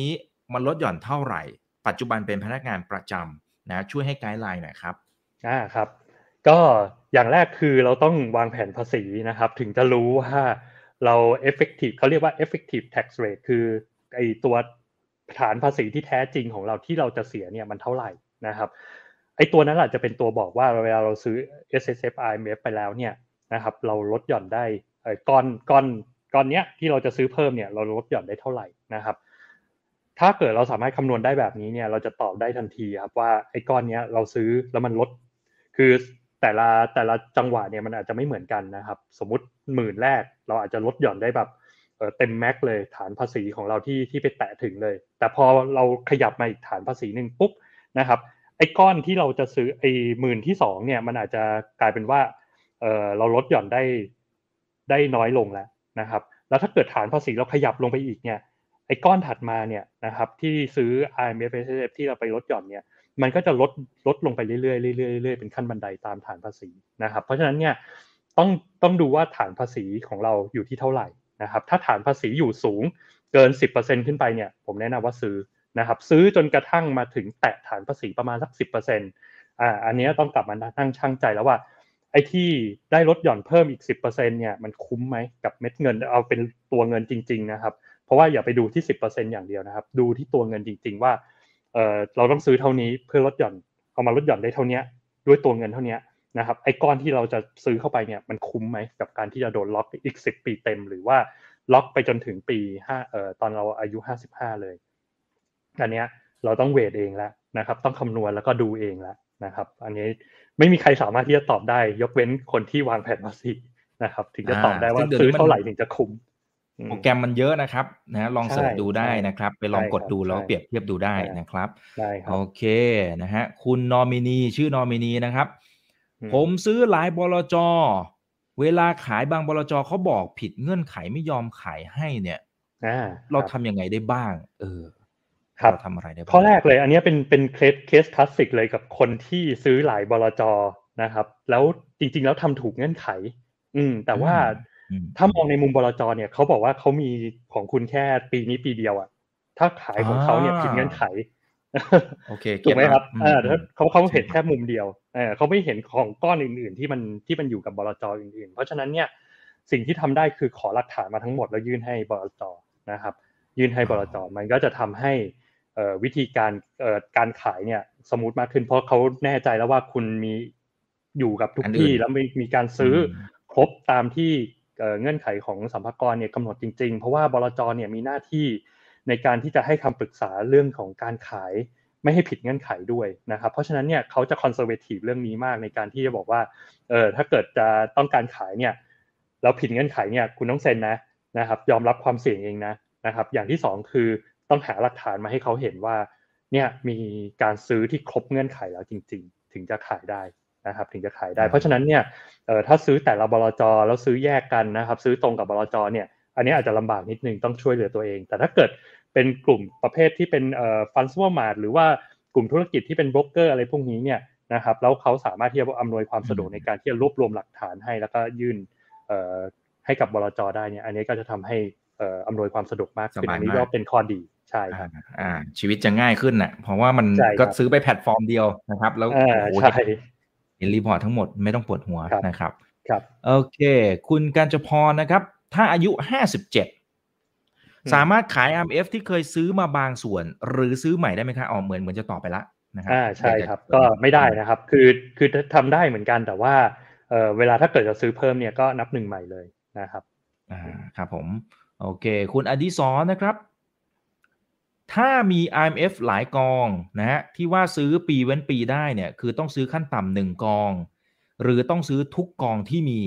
Speaker 1: มันลดหย่อนเท่าไหร่ปัจจุบันเป็นพนักงานประจำนะช่วยให้ไกด์ไลน์หน่อยครับ
Speaker 2: ครับก็อย่างแรกคือเราต้องวางแผนภาษีนะครับถึงจะรู้ว่าเรา effective เขาเรียกว่า effective tax rate คือไอตัวฐานภาษีที่แท้จริงของเราที่เราจะเสียเนี่ยมันเท่าไหร่นะครับไอตัวนั้นแหละจะเป็นตัวบอกว่าเวลาเราซื้อ SSF IMF ไปแล้วเนี่ยนะครับเราลดหย่อนได้ก้อนเนี้ยที่เราจะซื้อเพิ่มเนี่ยเราลดหย่อนได้เท่าไหร่นะครับถ้าเกิดเราสามารถคำนวณได้แบบนี้เนี่ยเราจะตอบได้ทันทีครับว่าไอ้ก้อนเนี้ยเราซื้อแล้วมันลดคือแต่ละจังหวะเนี่ยมันอาจจะไม่เหมือนกันนะครับสมมุติ10,000แรกเราอาจจะลดหย่อนได้แบบเต็มแม็กเลยฐานภาษีของเราที่ไปแตะถึงเลยแต่พอเราขยับมาอีกฐานภาษีหนึ่งปุ๊บนะครับไอ้ก้อนที่เราจะซื้อไอ้10,000ที่ 2เนี่ยมันอาจจะกลายเป็นว่าเราลดหย่อนได้น้อยลงแล้วนะครับแล้วถ้าเกิดฐานภาษีเราขยับลงไปอีกเนี่ยไอ้ก้อนถัดมาเนี่ยนะครับที่ซื้อ IMF SSF ที่เราไปลดหย่อนเนี่ยมันก็จะลดลงไปเรื่อยๆเรื่อยๆเรื่อยๆเป็นขั้นบันไดตามฐานภาษีนะครับเพราะฉะนั้นเนี่ยต้องดูว่าฐานภาษีของเราอยู่ที่เท่าไหร่นะครับถ้าฐานภาษีอยู่สูงเกิน 10% ขึ้นไปเนี่ยผมแนะนำว่าซื้อนะครับซื้อจนกระทั่งมาถึงแตะฐานภาษีประมาณสัก 10%อันนี้ต้องกลับมานั่งชั่งใจแล้วว่าไอ้ที่ได้ลดหย่อนเพิ่มอีก 10% เนี่ยมันคุ้มไหมกับเม็ดเงินเอาเป็นตัวเงินจริงๆนะครับเพราะว่าอย่าไปดูที่ 10% อย่างเดียวนะครับดูที่ตัวเงินจริงๆว่าเราต้องซื้อเท่านี้เพื่อลดหย่อนเอามาลดหย่อนได้เท่านี้ด้วยตัวเงินเท่านี้นะครับไอ้ก้อนที่เราจะซื้อเข้าไปเนี่ยมันคุ้มไหมกับการที่จะโดนล็อกอีก10 ปีเต็มหรือว่าล็อกไปจนถึงปีตอนเราอายุ55เลยอันเนี้ยเราต้องเวทเองแล้วนะครับต้องคำนวณแล้วก็ดูเองแล้วนะครับอันนี้ไม่มีใครสามารถที่จะตอบได้ยกเว้นคนที่วางแผนภาษีนะครับถึงจะตอบได้ว่าซื้อเท่าไหร่ถึงจะคุ้ม
Speaker 1: โปรแกรมมันเยอะนะครับนะลองเสิร์ชดูได้นะครับไปลองกดดูแล้วเปรียบเทียบดูได้นะครับโอเคนะฮะคุณนอมินีชื่อนอมินีนะครับผมซื้อหลายบลจ.เวลาขายบางบลจ.เขาบอกผิดเงื่อนไขไม่ยอมขายให้เนี่ยเราทำยังไงได้บ้าง
Speaker 2: เรา
Speaker 1: ทำอะไรได้บ้าง
Speaker 2: ข้อแรกเลยอันนี้เป็นเคสคลาสสิกเลยกับคนที่ซื้อหลายบลจ.นะครับแล้วจริงๆแล้วทำถูกเงื่อนไขแต่ว่าถ้ามองในมุมบลจ.เนี่ยเขาบอกว่าเขามีของคุณแค่ปีนี้ปีเดียวอ่ะถ้าขายของเขาเนี่ยผิดเงื่อนไข
Speaker 1: โอเค
Speaker 2: ถูกไหมครับเขาเห็นแค่มุมเดียวเขาไม่เห็นของก้อนอื่นๆที่มันอยู่กับบลจ.อื่นๆเพราะฉะนั้นเนี่ยสิ่งที่ทำได้คือขอหลักฐานมาทั้งหมดแล้วยื่นให้บลจ.นะครับยื่นให้บลจ.มันก็จะทำให้วิธีการขายเนี่ยสมูทมากขึ้นเพราะเขาแน่ใจแล้วว่าคุณมีอยู่กับทุกที่แล้วมีการซื้อครบตามที่เงื่อนไขของสรรพากรเนี่ยกำหนดจริงๆเพราะว่าบลจ.เนี่ยมีหน้าที่ในการที่จะให้คำปรึกษาเรื่องของการขายไม่ให้ผิดเงื่อนไขด้วยนะครับเพราะฉะนั้นเนี่ยเขาจะคอนเซอร์เวทีฟเรื่องนี้มากในการที่จะบอกว่าถ้าเกิดจะต้องการขายเนี่ยแล้วผิดเงื่อนไขเนี่ยคุณต้องเซ็นนะครับยอมรับความเสี่ยงเองนะครับอย่างที่2คือต้องหาหลักฐานมาให้เขาเห็นว่าเนี่ยมีการซื้อที่ครบเงื่อนไขแล้วจริงๆถึงจะขายได้นะครับถึงจะขายได้เพราะฉะนั้นเนี่ยถ้าซื้อแต่ละบลจ.แล้วซื้อแยกกันนะครับซื้อตรงกับบลจ.เนี่ยอันนี้อาจจะลำบากนิดนึงต้องช่วยเหลือตัวเองแต่ถ้าเกิดเป็นกลุ่มประเภทที่เป็นฟันซูเปอร์มาร์ทหรือว่ากลุ่มธุรกิจที่เป็นโบรกเกอร์อะไรพวกนี้เนี่ยนะครับแล้วเขาสามารถที่จะอำนวยความสะดวกในการที่จะรวบรวมหลักฐานให้แล้วก็ยื่นให้กับบลจ.ได้เนี่ยอันนี้ก็จะทำให้อำนวยความสะดวกมากขึ้นอันนี้ก็เป็นข้อดีใช่ครับ
Speaker 1: ชีวิตจะง่ายขึ้นน่ะเพราะว่ามันก็ซื้อไปแพลตฟอร์มเดียวนะครับแล้วโอ้โหเห็นรีพอร์ตทั้งหมดไม่ต้องปวดหัวนะครับโอเคคุณกาญจพรนะครับถ้าอายุ57สามารถขาย IMF ที่เคยซื้อมาบางส่วนหรือซื้อใหม่ได้ไหมครับเหมือนจะตอบไปละนะครับ
Speaker 2: ใช่ครับก็ไม่ได้นะครับคือทำได้เหมือนกันแต่ว่าเวลาถ้าเกิดจะซื้อเพิ่มเนี่ยก็นับหนึ่งใหม่เลยนะครับ
Speaker 1: ครับผมโอเคคุณอดิศรนะครับถ้ามี IMF หลายกองนะฮะที่ว่าซื้อปีเว้นปีได้เนี่ยคือต้องซื้อขั้นต่ำ1กองหรือต้องซื้อทุกกองที่มี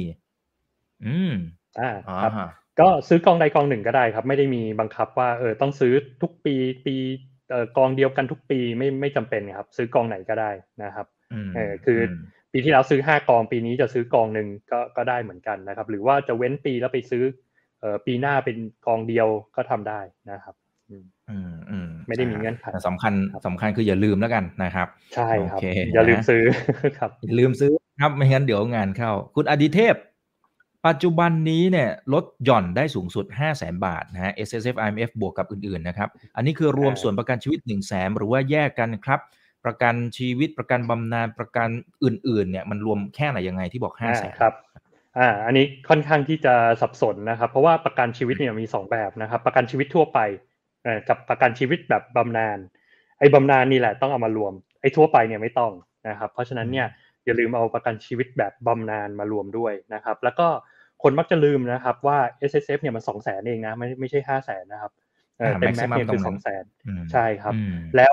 Speaker 2: ครับก็ซื้อกองใดกองหนึ่งก็ได้ครับไม่ได้มีบังคับว่าต้องซื้อทุกปีกองเดียวกันทุกปีไม่จำเป็นครับซื้อกองไหนก็ได้นะครับคือปีที่แล้วซื้อ5กองปีนี้จะซื้อกองนึงก็ได้เหมือนกันนะครับหรือว่าจะเว้นปีแล้วไปซื้อปีหน้าเป็นกองเดียวก็ทำได้นะครับไม่ได้มีเงื่อนไข
Speaker 1: สำคัญคืออย่าลืมแล้วกันนะครับ
Speaker 2: ใช่ครับอย่าลืมซื้อครับ
Speaker 1: อย่าลืมซื้อครับไม่งั้นเดี๋ยวงานเข้าคุณอดิเทพปัจจุบันนี้เนี่ยลดหย่อนได้สูงสุด 500,000 บาทนะฮะ S&P IMF บวกกับอื่นๆนะครับอันนี้คือรวมส่วนประกันชีวิต 100,000 หรือว่าแยกกันครับประกันชีวิตประกันบำนาญประกันอื่นๆเนี่ยมันรวมแค่ไหนยังไงที่บอก 500,000
Speaker 2: ครับอันนี้ค่อนข้างที่จะสับสนนะครับเพราะว่าประกันชีวิตเนี่ยมี2แบบนะครับประกันชีวิตทั่วไปกับประกันชีวิตแบบบำนาญไอ้บำนาญนี่แหละต้องเอามารวมไอ้ทั่วไปเนี่ยไม่ต้องนะครับเพราะฉะนั้นเนี่ยอย่าลืมเอาประกันชีวิตแบบบำนาญมารวมด้วยนะครับแล้วก็คนมักจะลืมนะครับว่า S&P เนี่ยมัน 200,000 เองนะไม่ใช่ 500,000 นะครับเต็มแม็กซ์เนี่ยคือ 200,000 ใช่ครับแล้ว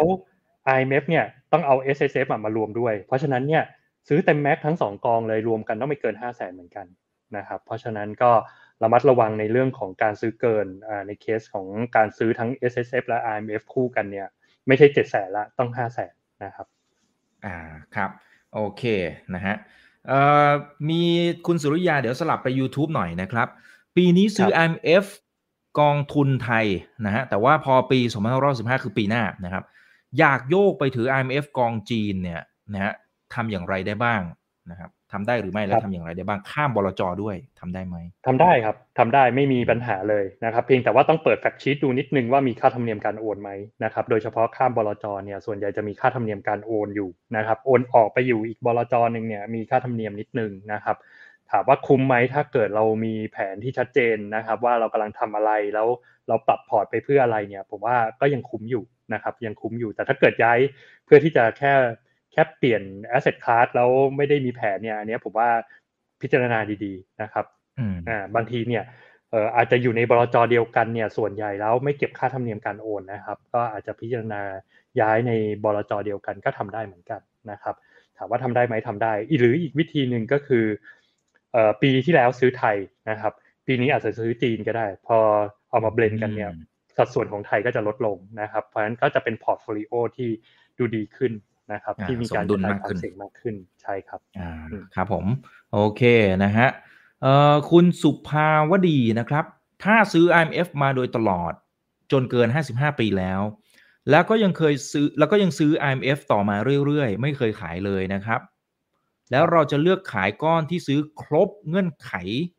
Speaker 2: IMF เนี่ยต้องเอา S&P มารวมด้วยเพราะฉะนั้นเนี่ยซื้อเต็มแม็กทั้ง2กองเลยรวมกันต้องไม่เกิน 500,000 เหมือนกันนะครับเพราะฉะนั้นก็ระมัดระวังในเรื่องของการซื้อเกินในเคสของการซื้อทั้ง S&P และ IMF คู่กันเนี่ยไม่ใช่ 700,000 ละต้อง 500,000 นะครับ
Speaker 1: ครับโอเคนะฮะเอ่อมีคุณสุริยาเดี๋ยวสลับไปยูทูบหน่อยนะครับปีนี้ซื้อ IMF กองทุนไทยนะฮะแต่ว่าพอปี2515คือปีหน้านะครับอยากโยกไปถือ IMF กองจีนเนี่ยนะฮะทำอย่างไรได้บ้างนะครับทำได้หรือไม่แล้วทำอย่างไรได้บ้างข้ามบลจ.ด้วยทำได้ไหม
Speaker 2: ทำได้ครับทำได้ไม่มีปัญหาเลยนะครับเพียงแต่ว่าต้องเปิดแฟกต์ชีตดูนิดนึงว่ามีค่าธรรมเนียมการโอนไหมนะครับโดยเฉพาะข้ามบลจ.เนี่ยส่วนใหญ่จะมีค่าธรรมเนียมการโอนอยู่นะครับโอนออกไปอยู่อีกบลจ.นึงเนี่ยมีค่าธรรมเนียมนิดนึงนะครับถามว่าคุ้มไหมถ้าเกิดเรามีแผนที่ชัดเจนนะครับว่าเรากำลังทำอะไรแล้วเราปรับพอร์ตไปเพื่ออะไรเนี่ยผมว่าก็ยังคุ้มอยู่นะครับยังคุ้มอยู่แต่ถ้าเกิดย้ายเพื่อที่จะแค่เปลี่ยน asset class แล้วไม่ได้มีแผนเนี่ยอันนี้ผมว่าพิจารณาดีๆนะครับบางทีเนี่ยอาจจะอยู่ในบลจ.เดียวกันเนี่ยส่วนใหญ่แล้วไม่เก็บค่าธรรมเนียมการโอนนะครับก็อาจจะพิจารณาย้ายในบลจ.เดียวกันก็ทำได้เหมือนกันนะครับถามว่าทำได้ไหมทำได้หรืออีกวิธีหนึ่งก็คือปีที่แล้วซื้อไทยนะครับปีนี้อาจจะซื้อจีนก็ได้พอเอามาเบลนกันเนี่ยสัดส่วนของไทยก็จะลดลงนะครับเพราะฉะนั้นก็จะเป็นพอร์ตโฟลิโอที่ดูดีขึ้นนะครับที่มีการกระจายความเสี่ยงมากขึ้นใช่ครับ
Speaker 1: ครับผมโอเคนะฮะคุณสุภาวดีนะครับถ้าซื้อ IMF มาโดยตลอดจนเกิน55ปีแล้วก็ยังซื้อ IMF ต่อมาเรื่อยๆไม่เคยขายเลยนะครับแล้วเราจะเลือกขายก้อนที่ซื้อครบเงื่อนไข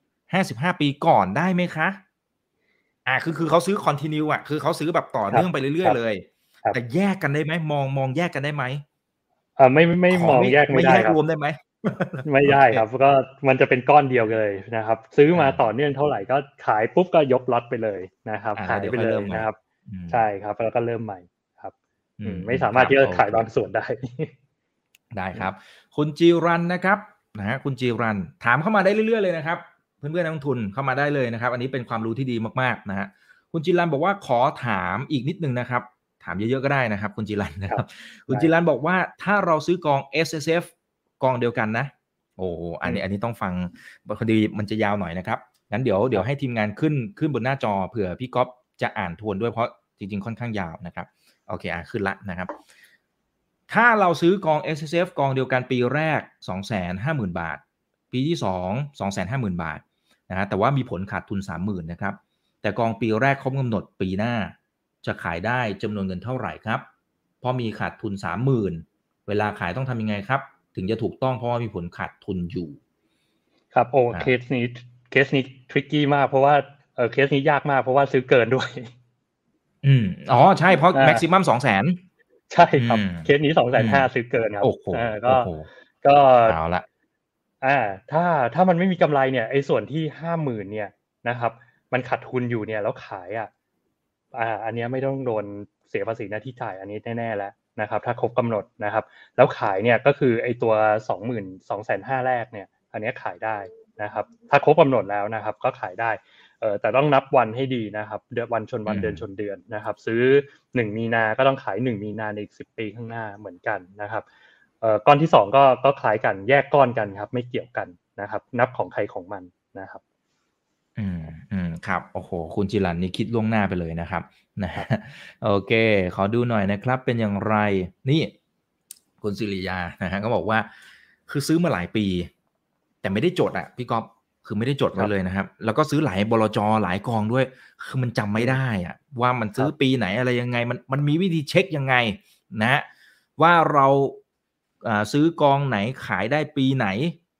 Speaker 1: 55ปีก่อนได้ไหมคะคือเขาซื้อ continue คือเขาซื้อแบบต่อเนื่องไปเรื่อยๆเลยแต่แยกกันได้ไหมมองแยกกันได้ไหม
Speaker 2: ไม่มองแยกไม่ได้ครับ
Speaker 1: รวมได้ไหม
Speaker 2: ไม่ได้ครับก็มันจะเป็นก้อนเดียวเลยนะครับซื้อมาต่อเนื่องเท่าไหร่ก็ขายปุ๊บก็ยกล็อตไปเลยนะครับขายไปเลยนะครับใช่ครับแล้วก็เริ่มใหม่ครับไม่สามารถที่จะขายบางส่วนได้
Speaker 1: ครับคุณจีรันนะครับนะฮะคุณจีรันถามเข้ามาได้เรื่อยๆเลยนะครับเพื่อนๆนักลงทุนเข้ามาได้เลยนะครับอันนี้เป็นความรู้ที่ดีมากๆนะฮะคุณจีรันบอกว่าขอถามอีกนิดนึงนะครับถามเยอะๆก็ได้นะครับคุณจีรันนะครับคุณจีรันบอกว่าถ้าเราซื้อกอง S&P กองเดียวกันนะอันนี้ต้องฟังพอดีมันจะยาวหน่อยนะครับงั้นเดี๋ยวให้ทีมงานขึ้นบนหน้าจอเผื่อพี่ก๊อฟจะอ่านทวนด้วยเพราะจริงๆค่อนข้างยาวนะครับโอเคขึ้นละนะครับถ้าเราซื้อกอง S&P กองเดียวกันปีแรก 250,000 บาทปีที่2 250,000 บาทนะฮะแต่ว่ามีผลขาดทุน 30,000 นะครับแต่กองปีแรกครบกำหนดปีหน้าจะขายได้จำนวนเงินเท่าไหร่ครับเพราะมีขาดทุน 30,000 เวลาขายต้องทำยังไงครับถึงจะถูกต้องเพราะว่ามีผลขาดทุนอยู่
Speaker 2: ครับเคสนี้ทริกกี้มากเพราะว่าเคสนี้ยากมากเพราะว่าซื้อเกินด้วย
Speaker 1: ใช่เพราะ maximum 200,000
Speaker 2: ใช่ครับเคสนี้250,000ซื้อเกินครับก็
Speaker 1: เอาละ
Speaker 2: ถ้ามันไม่มีกำไรเนี่ยไอ้ส่วนที่ 50,000 เนี่ยนะครับมันขาดทุนอยู่เนี่ยแล้วขายอันนี้ไม่ต้องโดนเสียภาษีหน้าที่จ่ายอันนี้แน่ๆแล้วนะครับถ้าครบกำหนดนะครับแล้วขายเนี่ยก็คือไอ้ตัว 22,500 แรกเนี่ยอันนี้ขายได้นะครับถ้าครบกำหนดแล้วนะครับก็ขายได้แต่ต้องนับวันให้ดีนะครับเดือนวันชนวันเดือนชนเดือนนะครับซื้อ1มีนาก็ต้องขาย1มีนาในอีก10 ปีข้างหน้าเหมือนกันนะครับก้อนที่2ก็คล้ายกันแยกก้อนกันครับไม่เกี่ยวกันนะครับนับของใครของมันนะครับ
Speaker 1: ครับโอ้โหคุณจิรันนี่คิดล่วงหน้าไปเลยนะครับนะโอเคขอดูหน่อยนะครับเป็นอย่างไรนี่คุณศิริยานะฮะก็บอกว่าคือซื้อมาหลายปีแต่ไม่ได้จดพี่ก๊อฟคือไม่ได้จดไว้เลยนะครับแล้วก็ซื้อหลายบลจ.หลายกองด้วยคือมันจำไม่ได้ว่ามันซื้อปีไหนอะไรยังไงมันมีวิธีเช็คยังไงนะว่าเราซื้อกองไหนขายได้ปีไหน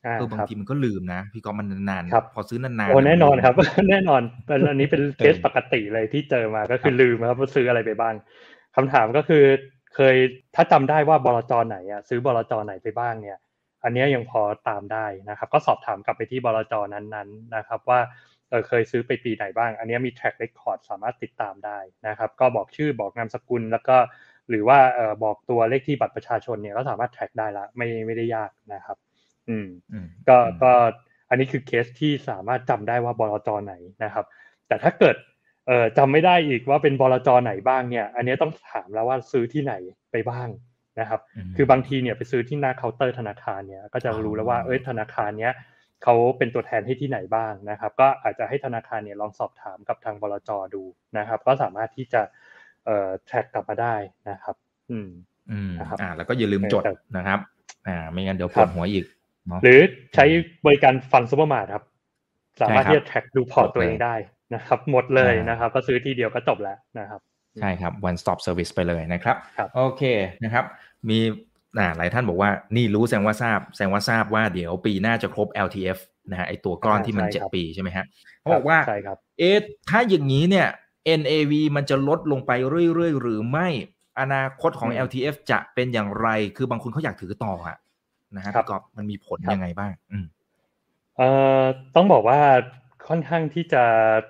Speaker 1: บางทีมันก็ลืมนะพี่ก๊อฟมันนานๆพอซื้อนานๆ
Speaker 2: โอ้แน่นอนครับ แน่นอนอันนี้เป็นเคสปกติเลยที่เจอมาก็คือลืมครับว่าซื้ออะไรไปบ้างคำถามก็คือเคยถ้าจำได้ว่าบลจ.ไหนซื้อบลจ.ไหนไปบ้างเนี่ยอันนี้ยังพอตามได้นะครับก็สอบถามกลับไปที่บลจ.นั้นๆนะครับว่าเคยซื้อไปปีไหนบ้างอันนี้มี track record สามารถติดตามได้นะครับก็บอกชื่อบอกนามสกุลแล้วก็หรือว่าบอกตัวเลขที่บัตรประชาชนเนี่ยก็สามารถ track ได้ละไม่ได้ยากนะครับก็อันนี้คือเคสที่สามารถจำได้ว่าบลจ.ไหนนะครับแต่ถ้าเกิดจำไม่ได้อีกว่าเป็นบลจ.ไหนบ้างเนี่ยอันนี้ต้องถามแล้วว่าซื้อที่ไหนไปบ้างนะครับคือบางทีเนี่ยไปซื้อที่หน้าเคาน์เตอร์ธนาคารเนี่ยก็จะรู้แล้วว่าธนาคารเนี้ยเขาเป็นตัวแทนให้ที่ไหนบ้างนะครับก็อาจจะให้ธนาคารเนี่ยลองสอบถามกับทางบลจ.ดูนะครับก็สามารถที่จะtrack กลับมาได้นะครับ
Speaker 1: นะครับแล้วก็อย่าลืมจดนะครับไม่งั้นเดี๋ยวปวดหัวอีก
Speaker 2: หรือใช้บริการฟันซูเปอร์มาร์ทครับสามารถที่จะ track ดูพอร์ตตัวเองได้นะครับหมดเลยนะครับก็ซื้อทีเดียวก็จบแล้วนะครับ
Speaker 1: ใช่ครับ one stop service ไปเลยนะครับโอเคนะครับมีหลายท่านบอกว่านี่รู้แสดงว่าทราบว่าเดี๋ยวปีหน้าจะครบ LTF นะฮะไอตัวก้อนที่มัน7ปีใช่ไหมฮะเขาบอกว่าถ้าอย่างนี้เนี่ย NAV มันจะลดลงไปเรื่อยๆหรือไม่อนาคตของ LTF จะเป็นอย่างไรคือบางคนเขาอยากถือต่อนะฮะพี่ก๊อฟมันมีผลยังไงบ้าง
Speaker 2: ต้องบอกว่าค่อนข้างที่จะ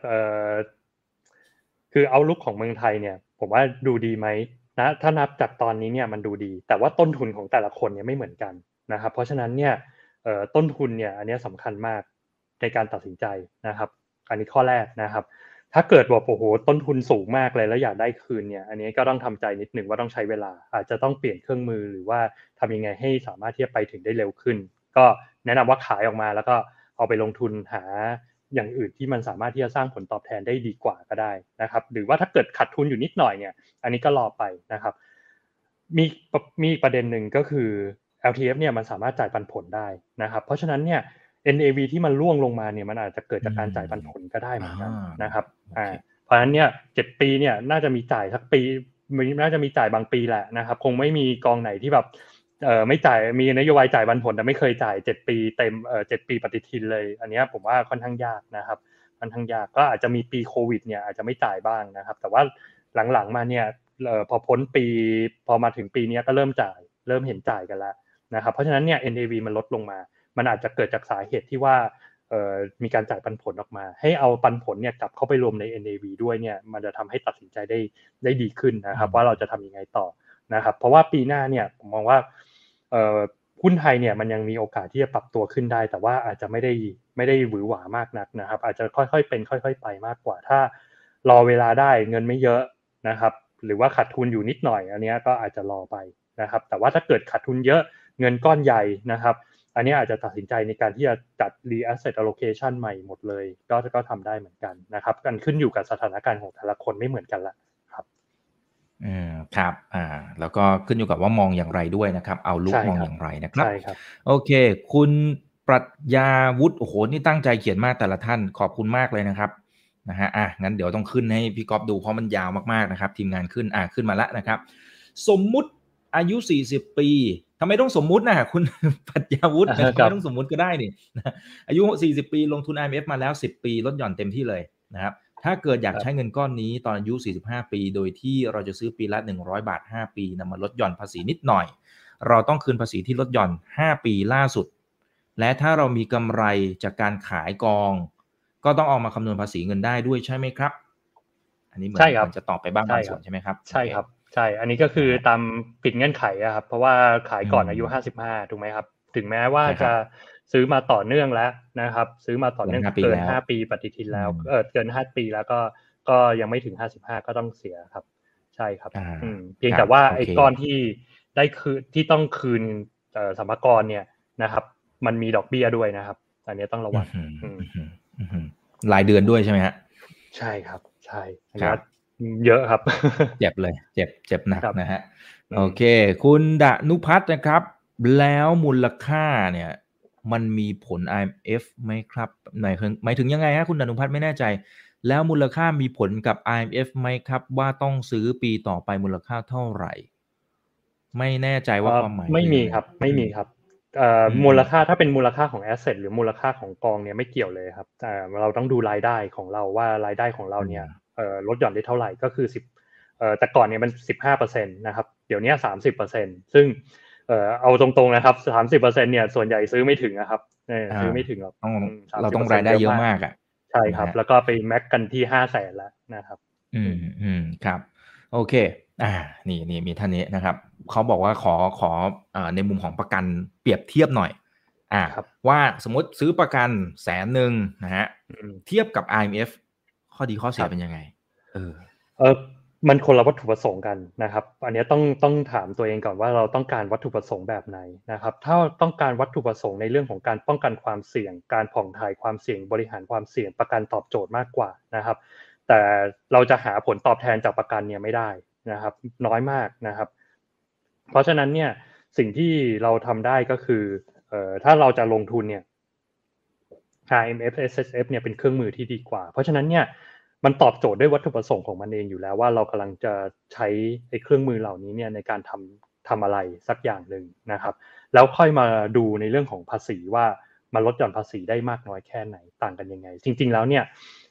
Speaker 2: คือเอาลุกของเมืองไทยเนี่ยผมว่าดูดีไหมนะถ้านับจากตอนนี้เนี่ยมันดูดีแต่ว่าต้นทุนของแต่ละคนเนี่ยไม่เหมือนกันนะครับเพราะฉะนั้นเนี่ยต้นทุนเนี่ยอันนี้สำคัญมากในการตัดสินใจนะครับอันนี้ข้อแรกนะครับถ้าเกิดว่าโอ้โหต้นทุนสูงมากเลยแล้วอยากได้คืนเนี่ยอันนี้ก็ต้องทำใจนิดนึงว่าต้องใช้เวลาอาจจะต้องเปลี่ยนเครื่องมือหรือว่าทำยังไงให้สามารถที่จะไปถึงได้เร็วขึ้นก็แนะนำว่าขายออกมาแล้วก็เอาไปลงทุนหาอย่างอื่นที่มันสามารถที่จะสร้างผลตอบแทนได้ดีกว่าก็ได้นะครับหรือว่าถ้าเกิดขาดทุนอยู่นิดหน่อยเนี่ยอันนี้ก็รอไปนะครับมีประเด็นหนึ่งก็คือ LTF เนี่ยมันสามารถจ่ายปันผลได้นะครับเพราะฉะนั้นเนี่ย NAV ที่มันร่วงลงมาเนี่ยมันอาจจะเกิดจากการจ่ายปันผลก็ได้เหมือนกันนะครับเพราะฉะนั้นเนี่ย7ปีเนี่ยน่าจะมีจ่ายสักปีน่าจะมีจ่ายบางปีแหละนะครับคงไม่มีกองไหนที่แบบไม่จ่ายมีนโยบายจ่ายปันผลแต่ไม่เคยจ่าย7ปีเต็ม7ปีปฏิทินเลยอันนี้ผมว่าค่อนข้างยากนะครับค่อนข้างยากก็อาจจะมีปีโควิดเนี่ยอาจจะไม่จ่ายบ้างนะครับแต่ว่าหลังๆมาเนี่ยพอพ้นปีพอมาถึงปีนี้ก็เริ่มเห็นจ่ายกันแล้วนะครับเพราะฉะนั้นเนี่ย NAV มันลดลงมามันอาจจะเกิดจากสาเหตุที่ว่ามีการจ่ายปันผลออกมาให้เอาปันผลเนี่ยกลับเข้าไปรวมใน NAV ด้วยเนี่ยมันจะทำให้ตัดสินใจได้ดีขึ้นนะครับว่าเราจะทำยังไงต่อนะครับเพราะว่าปีหน้าเนี่ยผมมองว่าหุ้นไทยเนี่ยมันยังมีโอกาสที่จะปรับตัวขึ้นได้แต่ว่าอาจจะไม่ได้หวือหวามากนักนะครับอาจจะค่อยๆเป็นค่อยๆไปมากกว่าถ้ารอเวลาได้เงินไม่เยอะนะครับหรือว่าขาดทุนอยู่นิดหน่อยอันนี้ก็อาจจะรอไปนะครับแต่ว่าถ้าเกิดขาดทุนเยอะเงินก้อนใหญ่นะครับอันนี้อาจจะตัดสินใจในการที่จะจัด re-asset allocation ใหม่หมดเลยก็ทำได้เหมือนกันนะครับกันขึ้นอยู่กับสถานการณ์ของแต่ละคนไม่เหมือนกันละครับ
Speaker 1: ครับแล้วก็ขึ้นอยู่กับว่ามองอย่างไรด้วยนะครับเอาลุกมองอย่างไรนะครับ
Speaker 2: ใช่ครับ
Speaker 1: โอเคคุณปรัชญาวุฒิโอ้โหนี่ตั้งใจเขียนมากแต่ละท่านขอบคุณมากเลยนะครับนะฮะงั้นเดี๋ยวต้องขึ้นให้พี่ก๊อฟดูเพราะมันยาวมากๆนะครับทีมงานขึ้นมาแล้วนะครับสมมุติอายุ40ปีทำไมต้องสมมุตินะคุณปรัชญาวุฒิทำไมต้องสมมุติก็ได้นี่อายุ40ปีลงทุน IMF มาแล้ว10ปีลดหย่อนเต็มที่เลยนะครับถ้าเกิดอยากใช้เงินก้อนนี้ตอนอายุ45ปีโดยที่เราจะซื้อปีละ100บาท5ปีนำมาลดหย่อนภาษีนิดหน่อยเราต้องคืนภาษีที่ลดหย่อน5ปีล่าสุดและถ้าเรามีกำไรจากการขายกองก็ต้องเอามาคำนวณภาษีเงินได้ด้วยใช่ไหมครับอันนี้เหมือนจะตอบไปบ้างบางส่วนใช่ไหมครับ
Speaker 2: ใช่ครับใช่อันนี้ก็คือตามปิดเงื่อนไขครับเพราะว่าขายก่อนอายุ55ถูกไหมครับถึงแม้ว่าจะซื้อมาต่อเนื่องแล้วนะครับซื้อมาต่อเนื่องเกิน5ปีปฏิทินแล้วเกิน5ปีแล้วก็ยังไม่ถึง55ก็ต้องเสียครับใช่ครับเพียงแต่ว่าไอ้ก้อนที่ได้คืนที่ต้องคืนสรรพากรเนี่ยนะครับมันมีดอกเบี้ยด้วยนะครับอันนี้ต้องระวัง
Speaker 1: รายเดือนด้วยใช่ไหมฮะ
Speaker 2: ใช่ครับใช่ครับเยอะครับ
Speaker 1: เจ็บเลยเจ็บหนักนะฮะโอเคคุณดนุพัฒน์นะครับแล้วมูลค่าเนี่ยมันมีผล IMF ไหมครับหมายถึงยังไงฮะคุณดนุพัฒน์ไม่แน่ใจแล้วมูลค่ามีผลกับ IMF ไหมครับว่าต้องซื้อปีต่อไปมูลค่าเท่าไหร่ไม่แน่ใจว่าความหมาย
Speaker 2: ไม่มีครับไม่มีครับมูลค่าถ้าเป็นมูลค่าของแอสเซทหรือมูลค่าของกองเนี่ยไม่เกี่ยวเลยครับเราต้องดูรายได้ของเราว่ารายได้ของเราเนี่ยลดหย่อนได้เท่าไหร่ก็คือแต่ก่อนเนี่ยมัน 15% นะครับเดี๋ยวนี้ 30%ซึ่งเอาตรงๆนะครับ 30% เนี่ยส่วนใหญ่ซื้อไม่ถึงนะครับซื้อไม่ถึงหรอก
Speaker 1: เราต้องรายได้เยอะมากอ่ะ
Speaker 2: ใช่ครับแล้วก็ไปแม็กกันที่ 500,000 แล้วนะครับ
Speaker 1: ครับโอเคนี่มีท่านนี้นะครับเขาบอกว่าขอในมุมของประกันเปรียบเทียบหน่อยว่าสมมติซื้อประกัน100,000นะฮะเทียบกับ IMF ข้อดีข้อเสียเป็นยังไง
Speaker 2: มันคนละวัตถุประสงค์กันนะครับอันนี้ต้องถามตัวเองก่อนว่าเราต้องการวัตถุประสงค์แบบไหนนะครับถ้าต้องการวัตถุประสงค์ในเรื่องของการป้องกันความเสี่ยงการผ่องถ่ายความเสี่ยงบริหารความเสี่ยงประกันตอบโจทย์มากกว่านะครับแต่เราจะหาผลตอบแทนจากประกันเนี่ยไม่ได้นะครับน้อยมากนะครับเพราะฉะนั้นเนี่ยสิ่งที่เราทำได้ก็คือถ้าเราจะลงทุนเนี่ย IMF SSF เนี่ยเป็นเครื่องมือที่ดีกว่าเพราะฉะนั้นเนี่ยมันตอบโจทย์ด้วยวัตถุประสงค์ของมันเองอยู่แล้วว่าเรากำลังจะใช้ไอ้เครื่องมือเหล่านี้เนี่ยในการทำอะไรสักอย่างหนึ่งนะครับแล้วค่อยมาดูในเรื่องของภาษีว่ามันลดหย่อนภาษีได้มากน้อยแค่ไหนต่างกันยังไงจริงๆแล้วเนี่ย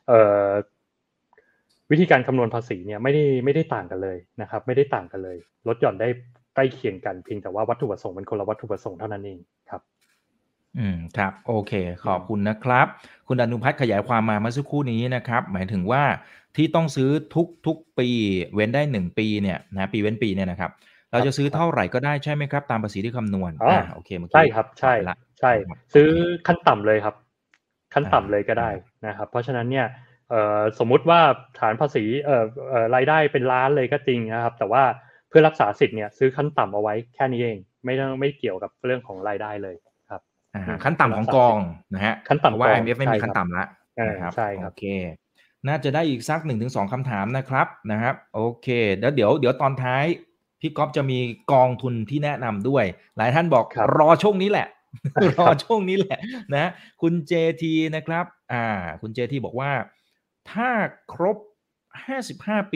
Speaker 2: วิธีการคำนวณภาษีเนี่ยไม่ได้ต่างกันเลยนะครับไม่ได้ต่างกันเลยลดหย่อนได้ใกล้เคียงกันเพียงแต่ว่าวัตถุประสงค์มันคนละวัตถุประสงค์เท่านั้นเองครับ
Speaker 1: ครับโอเคขอบคุณนะครับคุณอนุพัฒน์ขยายความมาเมื่อสักครู่นี้นะครับหมายถึงว่าที่ต้องซื้อทุกปีเว้นได้1ปีเนี่ยนะปีเว้นปีเนี่ยนะครับเราจะซื้อเท่าไหร่ก็ได้ใช่ไหมครับตามภาษีที่คำนวณโอเคเมื่อกี้
Speaker 2: ใช่ครับใช่ซื้อขั้นต่ำเลยครับขั้นต่ำเลยก็ได้นะครับเพราะฉะนั้นเนี่ยสมมุติว่าฐานภาษีรายได้เป็นล้านเลยก็จริงนะครับแต่ว่าเพื่อรักษาสิทธิ์เนี่ยซื้อขั้นต่ำเอาไว้แค่นี้เองไม่เกี่ยวกับเรื่องของรายได้เลยครับ
Speaker 1: ขั้นต่ำของกองนะฮะ
Speaker 2: ขั้นต่ำ
Speaker 1: เพราะว่า IMF ไม่มีขั้นต่ำละนะครับ
Speaker 2: ใช่ครับ
Speaker 1: โอเคน่าจะได้อีกสัก 1-2 คำถามนะครับโอเคแล้วเดี๋ยวตอนท้ายพี่ก๊อฟจะมีกองทุนที่แนะนำด้วยหลายท่านบอกรอช่วงนี้แหละรอช่วงนี้แหละนะคุณ JT นะครับคุณ JT บอกว่าถ้าครบ55 ปี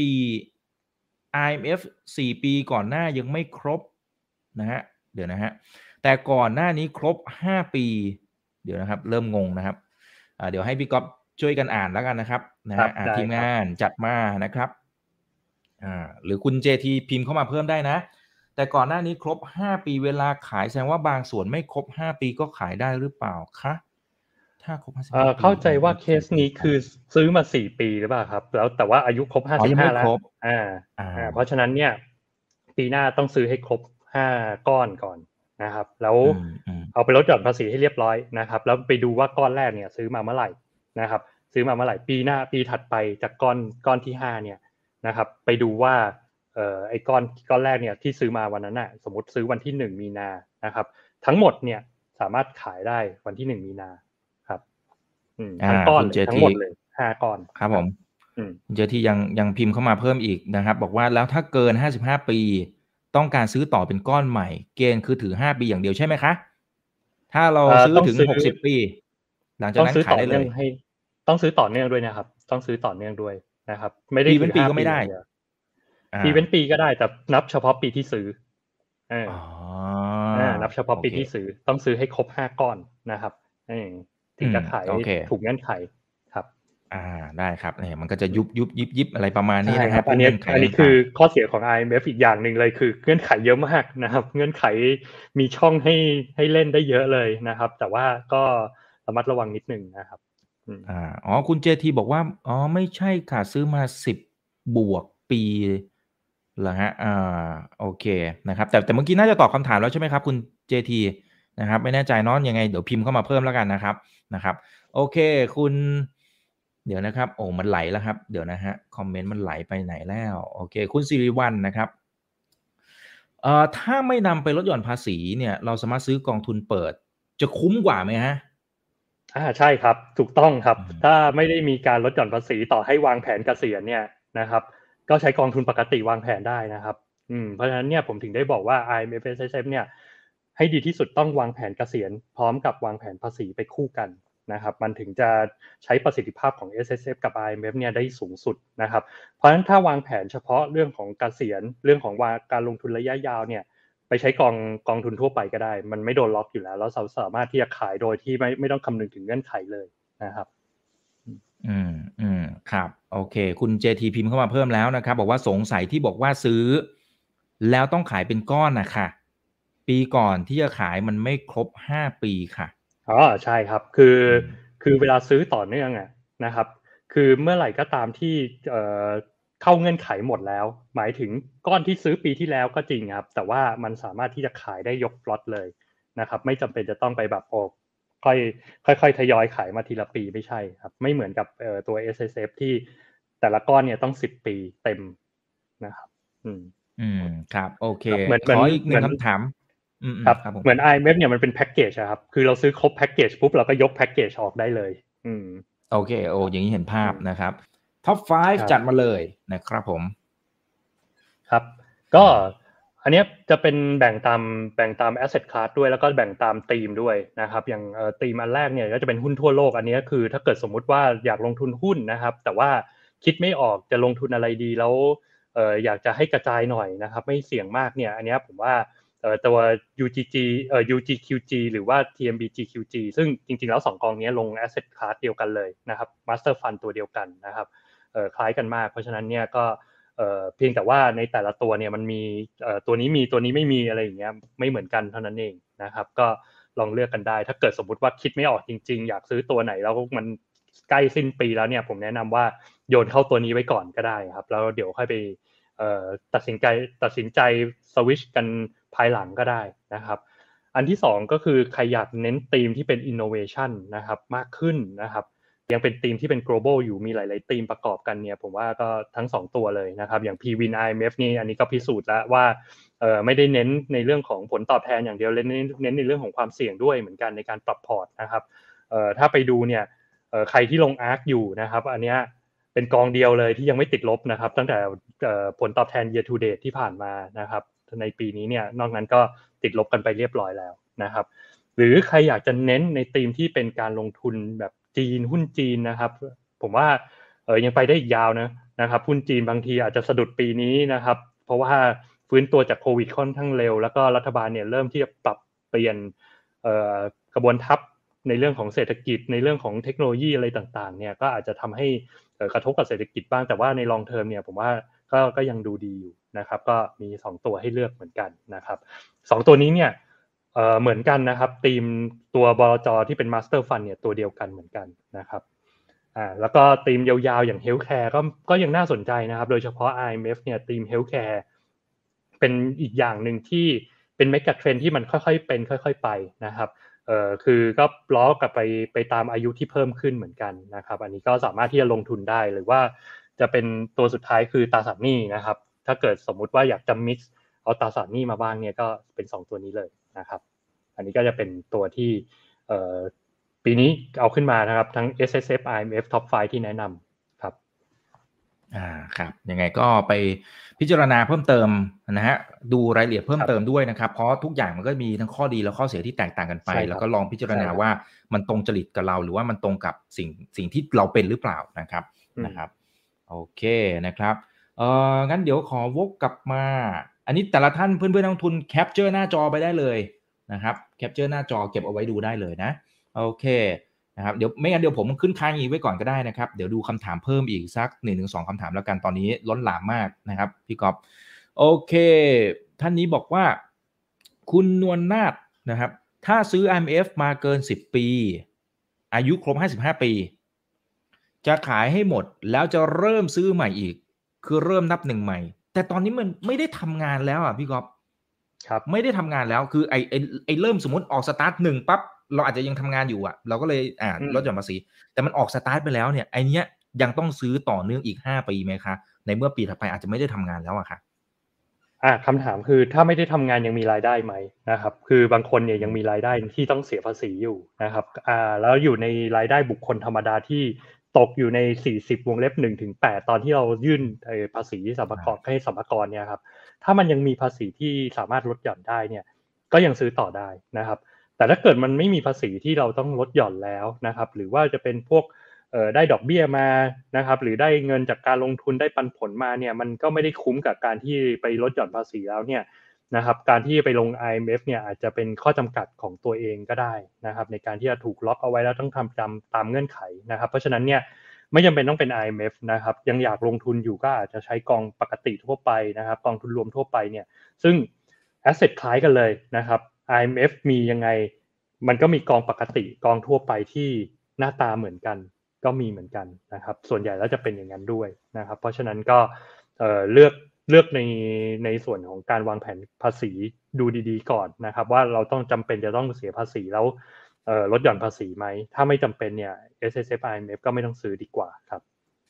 Speaker 1: IMF 4 ปีก่อนหน้ายังไม่ครบนะฮะเดี๋ยวนะฮะแต่ก่อนหน้านี้ครบ5 ปีเดี๋ยวนะครับเริ่มงงนะครับเดี๋ยวให้พี่ก๊อฟช่วยกันอ่านแล้วกันนะครับนะฮะทีมงานจัดมานะครับหรือคุณ JT พิมพ์เข้ามาเพิ่มได้นะแต่ก่อนหน้านี้ครบ5 ปีเวลาขายแสดงว่าบางส่วนไม่ครบ5 ปีก็ขายได้หรือเปล่าคะถ้าครบ55 ปี
Speaker 2: เข้าใจว่าเคสนี้คือซื้อมา4 ปีหรือเปล่าครับแล้วแต่ว่าอายุครบ55แล้วเพราะฉะนั้นเนี่ยปีหน้าต้องซื้อให้ครบ5 ก้อนก่อนนะครับแล้วเอาไปลดหย่อนภาษีให้เรียบร้อยนะครับแล้วไปดูว่าก้อนแรกเนี่ยซื้อมาเมื่อไหร่นะครับซื้อมาเมื่อไหร่ปีหน้าปีถัดไปจากก้อนที่5เนี่ยนะครับไปดูว่าไอ้ก้อนแรกเนี่ยที่ซื้อมาวันนั้นน่ะสมมติซื้อวันที่1มีนานะครับทั้งหมดเนี่ยสามารถขายได้วันที่1มีนาทั้งก้อนทั้งหมดเลย5 ก้อน
Speaker 1: ครับผมคุณเจที่ยังพิมพ์เข้ามาเพิ่มอีกนะครับบอกว่าแล้วถ้าเกิน55 ปีต้องการซื้อต่อเป็นก้อนใหม่เกณฑ์คือถือ5 ปีอย่างเดียวใช่ไหมคะถ้าเราซื้อถึง60 ปีหลังจากนั้นขายได้เลย
Speaker 2: ต้องซื้อต่อเนื่องด้วยนะครับต้องซื้อต่อเนื่องด้วยนะครับไม่ได้
Speaker 1: ถือ5 ปีก็ไม่ได้
Speaker 2: ปีเว้นปีก็ได้แต่นับเฉพาะปีที่ซื้อนับเฉพาะปีที่ซื้อต้องซื้อให้ครบ5 ก้อนนะครับถึงจะขายถูกเงื่อนไขครับ
Speaker 1: ได้ครับเนี่ยมันก็จะยิบอะไรประมาณนี้นะครับ
Speaker 2: อันนี้คือข้อเสียของ IMF อีกอย่างหนึ่งเลยคือเงื่อนไขเยอะมากนะครับเงื่อนไขมีช่องให้เล่นได้เยอะเลยนะครับแต่ว่าก็ระมัดระวังนิดนึงนะครับ
Speaker 1: คุณเจทีบอกว่าไม่ใช่ค่ะซื้อมา10 ปีเหรอฮะโอเคนะครับแต่เมื่อกี้น่าจะตอบคำถามแล้วใช่ไหมครับคุณเจทีนะครับไม่แน่ใจเนาะยังไงเดี๋ยวพิมพ์เข้ามาเพิ่มแล้วกันนะครับโอเคคุณเดี๋ยวนะครับมันไหลแล้วครับเดี๋ยวนะฮะคอมเมนต์มันไหลไปไหนแล้วโอเคคุณสิริวัลย์นะครับถ้าไม่นำไปลดหย่อนภาษีเนี่ยเราสามารถซื้อกองทุนเปิดจะคุ้มกว่าไหมฮะ
Speaker 2: ใช่ครับถูกต้องครับถ้าไม่ได้มีการลดหย่อนภาษีต่อให้วางแผนเกษียณเนี่ยนะครับก็ใช้กองทุนปกติวางแผนได้นะครับเพราะฉะนั้นเนี่ยผมถึงได้บอกว่า IMF SSF เนี่ยให้ดีที่สุดต้องวางแผนเกษียณพร้อมกับวางแผนภาษีไปคู่กันนะครับมันถึงจะใช้ประสิทธิภาพของ SSF กับ IMF เนี่ยได้สูงสุดนะครับเพราะฉะนั้นถ้าวางแผนเฉพาะเรื่องของเกษียณเรื่องของการลงทุนระยะยาวเนี่ยไปใช้กองทุนทั่วไปก็ได้มันไม่โดนล็อกอยู่แล้วแล้วเราสามารถที่จะขายโดยที่ไม่ต้องคำนึงถึงเงื่อนไขเลยนะครับ
Speaker 1: ครับโอเคคุณ JT พิมพ์เข้ามาเพิ่มแล้วนะครับบอกว่าสงสัยที่บอกว่าซื้อแล้วต้องขายเป็นก้อนนะคะปีก่อนที่จะขายมันไม่ครบ5ปีค่ะ
Speaker 2: อ๋อใช่ครับคือเวลาซื้อต่อเนื่องนะครับคือเมื่อไหร่ก็ตามที่เข้าเงื่อนไขหมดแล้วหมายถึงก้อนที่ซื้อปีที่แล้วก็จริงครับแต่ว่ามันสามารถที่จะขายได้ยกล็อตเลยนะครับไม่จำเป็นจะต้องไปแบบค่อยค่อยๆทยอยขายมาทีละปีไม่ใช่ครับไม่เหมือนกับตัว SSF ที่แต่ละก้อนเนี่ยต้อง10ปีเต็มนะครับอืม
Speaker 1: ครับโอเค
Speaker 2: ครับเหมือน
Speaker 1: ขออีกห
Speaker 2: เหมือน
Speaker 1: นึ่งคำถาม
Speaker 2: ครับ
Speaker 1: ครับผม
Speaker 2: เหมือน IMF เนี่ยมันเป็นแพ็กเกจครับคือเราซื้อครบแพ็กเกจปุ๊บเราก็ยกแพ็กเกจออกได้เลยอืม
Speaker 1: โอเคโอ้อย่างนี้เห็นภาพ
Speaker 2: อืม
Speaker 1: นะครับท็อป5
Speaker 2: ครับ
Speaker 1: จัดมาเลยนะครับผม
Speaker 2: ครับก็อันเนี้ยจะเป็นแบ่งตาม asset class ด้วยแล้วก็แบ่งตามธีมด้วยนะครับอย่างธีมอันแรกเนี่ยก็จะเป็นหุ้นทั่วโลกอันนี้คือถ้าเกิดสมมุติว่าอยากลงทุนหุ้นนะครับแต่ว่าคิดไม่ออกจะลงทุนอะไรดีแล้วอยากจะให้กระจายหน่อยนะครับไม่เสี่ยงมากเนี่ยอันเนี้ยผมว่าตัว UGG UGQG หรือว่า TMBGQG ซึ่งจริงๆแล้ว2กองนี้ลง asset class เดียวกันเลยนะครับ Master Fund ตัวเดียวกันนะครับคล้ายกันมากเพราะฉะนั้นเนี่ยก็เพียงแต่ว่าในแต่ละตัวเนี่ยมันมีตัวนี้มีตัวนี้ไม่มีอะไรอย่างเงี้ยไม่เหมือนกันเท่านั้นเองนะครับก็ลองเลือกกันได้ถ้าเกิดสมมุติว่าคิดไม่ออกจริงๆอยากซื้อตัวไหนแล้วมันใกล้สิ้นปีแล้วเนี่ยผมแนะนำว่าโยนเข้าตัวนี้ไว้ก่อนก็ได้ครับแล้วเดี๋ยวค่อยไปตัดสินใจสวิตช์กันภายหลังก็ได้นะครับอันที่สองก็คือใครอยากเน้นธีมที่เป็น innovation นะครับมากขึ้นนะครับ ยังเป็นทีมที่เป็น global อยู่มีหลายๆทีมประกอบกันเนี่ยผมว่าก็ทั้ง2ตัวเลยนะครับอย่าง PWin IMF นี่อันนี้ก็พิสูจน์แล้วว่าไม่ได้เน้นในเรื่องของผลตอบแทนอย่างเดียวเน้นในเรื่องของความเสี่ยงด้วยเหมือนกันในการปรับพอร์ตนะครับถ้าไปดูเนี่ยใครที่ลง ARK อยู่นะครับอันเนี้ยเป็นกองเดียวเลยที่ยังไม่ติดลบนะครับตั้งแต่ผลตอบแทน year to date ที่ผ่านมานะครับในปีนี้เนี่ยนอกนั้นก็ติดลบกันไปเรียบร้อยแล้วนะครับ หรือใครอยากจะเน้นในธีมที่เป็นการลงทุนแบบจีนหุ้นจีนนะครับผมว่ายังไปได้อีกยาวนะครับหุ้นจีนบางทีอาจจะสะดุดปีนี้นะครับเพราะว่าฟื้นตัวจากโควิดค่อนข้างเร็วแล้วก็รัฐบาลเนี่ยเริ่มที่จะปรับเปลี่ยนกระบวนทัพในเรื่องของเศรษฐกิจในเรื่องของเทคโนโลยีอะไรต่างๆเนี่ยก็อาจจะทำให้กระทบกับเศรษฐกิจบ้างแต่ว่าในลองเทอมเนี่ยผมว่าก็ยังดูดีอยู่นะครับก็มี2ตัวให้เลือกเหมือนกันนะครับ2ตัวนี้เนี่ย เหมือนกันนะครับทีมตัวบลจที่เป็น Master Fund เนี่ยตัวเดียวกันเหมือนกันนะครับแล้วก็ทีมยาวๆอย่าง Healthcare ก็ยังน่าสนใจนะครับโดยเฉพาะ IMF เนี่ยทีม Healthcare เป็นอีกอย่างหนึ่งที่เป็นเมกะเทรนด์ที่มันค่อยๆเป็นค่อยๆไปนะครับคือก็ล้อกลับไปตามอายุที่เพิ่มขึ้นเหมือนกันนะครับอันนี้ก็สามารถที่จะลงทุนได้หรือว่าจะเป็นตัวสุดท้ายคือตราสารหนี้นะครับถ้าเกิดสมมุติว่าอยากจะ mix เอาตราสารหนี้มาบ้างเนี่ยก็เป็น2ตัวนี้เลยนะครับอันนี้ก็จะเป็นตัวที่ปีนี้เอาขึ้นมานะครับทั้ง SSF IMF Top 5ที่แนะนำครับ
Speaker 1: ครับยังไงก็ไปพิจารณาเพิ่มเติมนะฮะดูรายละเอียดเพิ่มเติมด้วยนะครับเพราะทุกอย่างมันก็มีทั้งข้อดีและข้อเสียที่แตกต่างกันไปแล้วก็ลองพิจารณาว่ามันตรงจริตกับเราหรือว่ามันตรงกับสิ่งที่เราเป็นหรือเปล่านะครับโอเคนะครับงั้นเดี๋ยวขอวกกลับมาอันนี้แต่ละท่านเพื่อนๆนักลงทุนแคปเจอร์หน้าจอไปได้เลยนะครับแคปเจอร์หน้าจอเก็บเอาไว้ดูได้เลยนะโอเคนะครับเดี๋ยวไม่งั้นเดี๋ยวผมขึ้นค้างอีกไว้ก่อนก็ได้นะครับเดี๋ยวดูคำถามเพิ่มอีกสัก 1-2 คำถามแล้วกันตอนนี้ล้นหลามมากนะครับพี่ก๊อฟโอเคท่านนี้บอกว่าคุณนวลนาถนะครับถ้าซื้อ IMF มาเกิน10ปีอายุครบ55ปีจะขายให้หมดแล้วจะเริ่มซื้อใหม่อีกคือเริ่มนับหนึ่งใหม่แต่ตอนนี้มันไม่ได้ทำงานแล้วอ่ะพี่ก๊อฟ
Speaker 2: ครับ
Speaker 1: ไม่ได้ทำงานแล้วคือไอเริ่มสมมติออกสตาร์ทหนึ่งปั๊บเราอาจจะยังทำงานอยู่อ่ะเราก็เลยลดหย่อนภาษีแต่มันออกสตาร์ทไปแล้วเนี่ยไอเนี้ยยังต้องซื้อต่อเนื่องอีก5ปีไหมคะในเมื่อปีถัดไปอาจจะไม่ได้ทำงานแล้วอะค่ะ
Speaker 2: คำถามคือถ้าไม่ได้ทำงานยังมีรายได้ไหมนะครับคือบางคนเนี่ยยังมีรายได้ที่ต้องเสียภาษีอยู่นะครับแล้วอยู่ในรายได้บุคคลธรรมดาที่ตกอยู่ใน40วงเล็บ1-8ตอนที่เรายื่นภาษีสรรพากรให้สรรพากรเนี่ยครับถ้ามันยังมีภาษีที่สามารถลดหย่อนได้เนี่ยก็ยังซื้อต่อได้นะครับแต่ถ้าเกิดมันไม่มีภาษีที่เราต้องลดหย่อนแล้วนะครับหรือว่าจะเป็นพวกได้ดอกเบี้ยมานะครับหรือได้เงินจากการลงทุนได้ปันผลมาเนี่ยมันก็ไม่ได้คุ้มกับการที่ไปลดหย่อนภาษีแล้วเนี่ยนะครับการที่ไปลง IMF เนี่ยอาจจะเป็นข้อจำกัดของตัวเองก็ได้นะครับในการที่จะถูกล็อกเอาไว้แล้วต้องทำตามเงื่อนไขนะครับเพราะฉะนั้นเนี่ยไม่จำเป็นต้องเป็น IMF นะครับยังอยากลงทุนอยู่ก็อาจจะใช้กองปกติทั่วไปนะครับกองทุนรวมทั่วไปเนี่ยซึ่ง asset คล้ายกันเลยนะครับ IMF มียังไงมันก็มีกองปกติกองทั่วไปที่หน้าตาเหมือนกันก็มีเหมือนกันนะครับส่วนใหญ่แล้วจะเป็นอย่างนั้นด้วยนะครับเพราะฉะนั้นก็เลือกในส่วนของการวางแผนภาษีดูดีๆก่อนนะครับว่าเราต้องจำเป็นจะต้องเสียภาษีแล้วลดหย่อนภาษีไหมถ้าไม่จำเป็นเนี่ย S&P IMF ก็ไม่ต้องซื้อดีกว่าครับ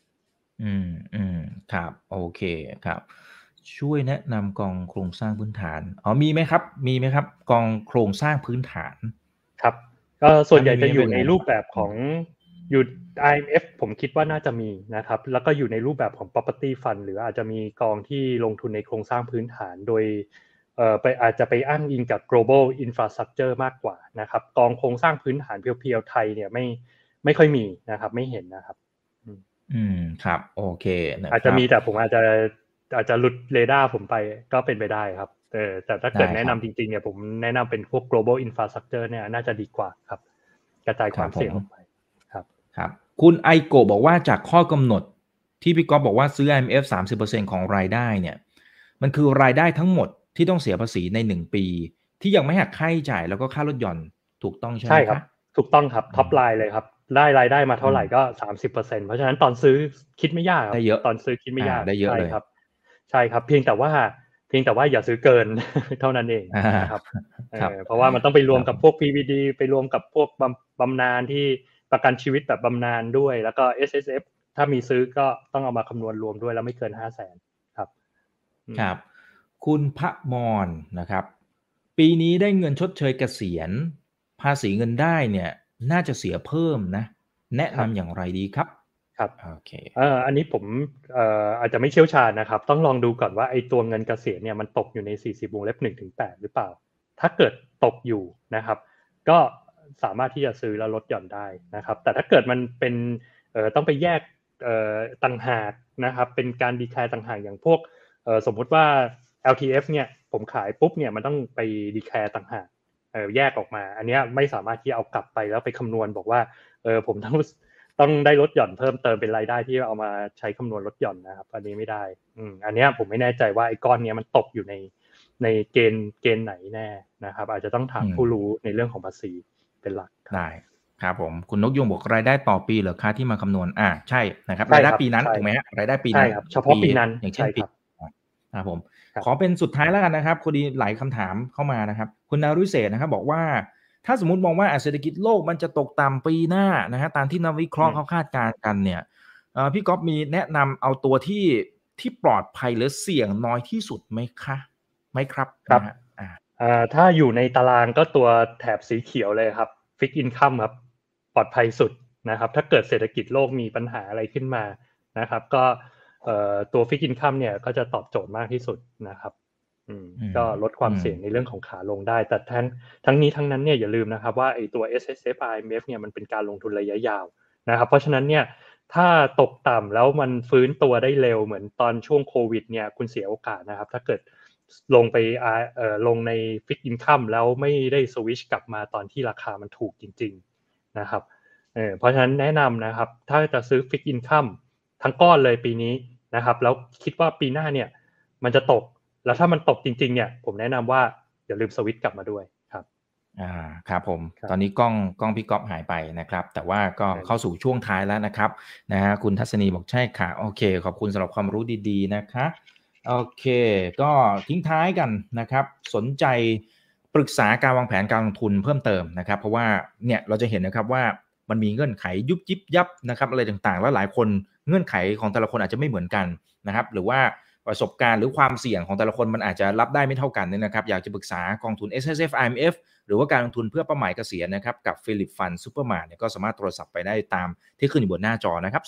Speaker 1: ครับโอเคครับช่วยแนะนำกองโครงสร้างพื้นฐานมีไหมครับกองโครงสร้างพื้นฐาน
Speaker 2: ครับก็ส่วนใหญ่จะ
Speaker 1: ถ้า
Speaker 2: อยู่
Speaker 1: มี
Speaker 2: ในรูปแบบของอยู่ IMF ผมคิดว่าน่าจะมีนะครับแล้วก็อยู่ในรูปแบบของ property fund หรืออาจจะมีกองที่ลงทุนในโครงสร้างพื้นฐานโดยอาจจะไปอ้างอิงกับ global infrastructure มากกว่านะครับกองโครงสร้างพื้นฐานเพียวๆไทยเนี่ยไม่ค่อยมีนะครับไม่เห็นนะครับ
Speaker 1: ครับโอเคนะครับ
Speaker 2: อาจจะมีแต่ผมอาจจะหลุดเรดาร์ผมไปก็เป็นไปได้ครับแต่ถ้าเกิดแนะนำจริงๆเนี่ยผมแนะนำเป็นพวก global infrastructure เนี่ยน่าจะดีกว่าครับกระจายความเสี่ยงออกไป
Speaker 1: ครับคุณไอโกะบอกว่าจากข้อกำหนดที่พี่ก๊อฟบอกว่าซื้อ IMF 30% ของรายได้เนี่ยมันคือรายได้ทั้งหมดที่ต้องเสียภาษีใน1ปีที่ยังไม่หักค่าใช้จ่ายแล้วก็ค่าลดหย่อนถูกต้องใช่ไหม
Speaker 2: ครับถูกต้องครับท็อปไลน์เลยครับได้รายได้มาเท่าไหร่ก็ 30% เพราะฉะนั้นตอนซื้อคิดไม่ยาก
Speaker 1: ได้เยอะ
Speaker 2: ตอนซื้อคิดไม่ยาก
Speaker 1: ได้เยอะเลย
Speaker 2: ครับใช่ครับเพียงแต่ว่าอย่าซื้อเกินเท่านั้นเองนะครับเพราะว่ามันต้องไปรวมกับพวก PVD ไปรวมกับพวกบำนาญที่ประกันชีวิตแบบบำนาญด้วยแล้วก็ SSF ถ้ามีซื้อก็ต้องเอามาคำนวณรวมด้วยแล้วไม่เกิน 500,000
Speaker 1: ครับคุณพระมรนะครับปีนี้ได้เงินชดเชยเกษียณภาษีเงินได้เนี่ยน่าจะเสียเพิ่มนะแนะนำอย่างไรดีครับ
Speaker 2: ครับ
Speaker 1: โอเค
Speaker 2: อันนี้ผมอาจจะไม่เชี่ยวชาญนะครับต้องลองดูก่อนว่าไอ้ตัวเงินเกษียณเนี่ยมันตกอยู่ใน40วงเล็บ1ถึง8หรือเปล่าถ้าเกิดตกอยู่นะครับก็สามารถที่จะซื้อแล้วลดหย่อนได้นะครับแต่ถ้าเกิดมันเป็นต้องไปแยกต่างหากนะครับเป็นการดีแคร์ต่างหากอย่างพวกสมมุติว่า LTF เนี่ยผมขายปุ๊บเนี่ยมันต้องไปดีแคร์ต่างหากแยกออกมาอันนี้ไม่สามารถที่เอากลับไปแล้วไปคำนวณบอกว่าผมต้องได้ลดหย่อนเพิ่มเติมเป็นรายได้ที่เอามาใช้คำนวณลดหย่อนนะครับอันนี้ไม่ได้อันนี้ผมไม่แน่ใจว่าไอ้ก้อนนี้มันตกอยู่ในเกณฑ์ไหนแน่นะครับอาจจะต้องถามผู้รู้ในเรื่องของภาษีเป็นหลัก
Speaker 1: ได้ครับผมคุณนกยงบอกรายได้ต่อปีเหรอคะที่มาคำนวณใช่นะครับรายได้ปีนั้นถูกไหมฮะรายได้ปีนั้น
Speaker 2: เฉพาะปีนั้น
Speaker 1: อย่างเช่นปีครับผมขอ
Speaker 2: บ
Speaker 1: เป็นสุดท้ายแล้วกันนะครับพอดีหลายคำถามเข้ามานะครับคุณนารุเศษนะครับบอกว่าถ้าสมมุติมองว่าเศรษฐกิจโลกมันจะตกต่ำปีหน้านะฮะตามที่นักวิเคราะห์เขาคาดการณ์กันเนี่ยพี่ก๊อฟมีแนะนำเอาตัวที่ปลอดภัยหรือเสี่ยงน้อยที่สุดไหมครับ
Speaker 2: ถ้าอยู่ในตารางก็ตัวแถบสีเขียวเลยครับฟิกอินคัมครับปลอดภัยสุดนะครับถ้าเกิดเศรษฐกิจโลกมีปัญหาอะไรขึ้นมานะครับก็ตัวฟิกอินคัมเนี่ยก็จะตอบโจทย์มากที่สุดนะครับก็ลดความเสี่ยงในเรื่องของขาลงได้แต่ทั้งนี้ทั้งนั้นเนี่ยอย่าลืมนะครับว่าไอ้ตัว S&P IMF เนี่ยมันเป็นการลงทุนระยะยาวนะครับเพราะฉะนั้นเนี่ยถ้าตกต่ำแล้วมันฟื้นตัวได้เร็วเหมือนตอนช่วงโควิดเนี่ยคุณเสียโอกาสนะครับถ้าเกิดลงไปลงในฟิกอินคัมแล้วไม่ได้สวิชกลับมาตอนที่ราคามันถูกจริงๆนะครับเพราะฉะนั้นแนะนำนะครับถ้าจะซื้อฟิกอินคัมทั้งก้อนเลยปีนี้นะครับแล้วคิดว่าปีหน้าเนี่ยมันจะตกแล้วถ้ามันตกจริงๆเนี่ยผมแนะนำว่าอย่าลืมสวิตช์กลับมาด้วยครับ
Speaker 1: ครับผมตอนนี้กล้องพี่ก๊อฟหายไปนะครับแต่ว่าก็เข้าสู่ช่วงท้ายแล้วนะครับนะฮะคุณทัศนีบอกใช่ค่ะโอเคขอบคุณสำหรับความรู้ดีๆนะคะโอเคก็ทิ้งท้ายกันนะครับสนใจปรึกษาการวางแผนการลงทุนเพิ่มเติมนะครับเพราะว่าเนี่ยเราจะเห็นนะครับว่ามันมีเงื่อนไขยุบยิบยับนะครับอะไรต่างๆแล้วหลายคนเงื่อนไขของแต่ละคนอาจจะไม่เหมือนกันนะครับหรือว่าประสบการณ์หรือความเสี่ยงของแต่ละคนมันอาจจะรับได้ไม่เท่ากันนะครับอยากจะปรึกษากองทุน S&P IMF หรือว่าการลงทุนเพื่อเป้าหมายเกษียณนะครับกับ Philip Fund Supermart เนี่ยก็สามารถโทรศัพท์ไปได้ตามที่ขึ้นอยู่บนหน้าจอนะครับ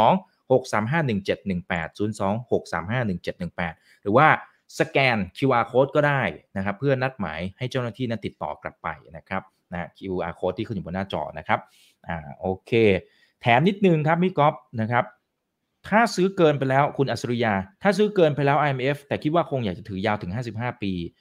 Speaker 1: 02-635-1718 หรือว่าสแกน QR Code ก็ได้นะครับเพื่อนัดหมายให้เจ้าหน้าที่นั้นติดต่อกลับไปนะครับQR Code ที่ขึ้นอยู่บนหน้าจอนะครับโอเคแถมนิดนึงครับพี่ก๊อฟนะครับถ้าซื้อเกินไปแล้วคุณอัศริยาถ้าซื้อเกินไปแล้ว IMF แต่คิดว่าคงอยากจะถือยาวถึง55 ปี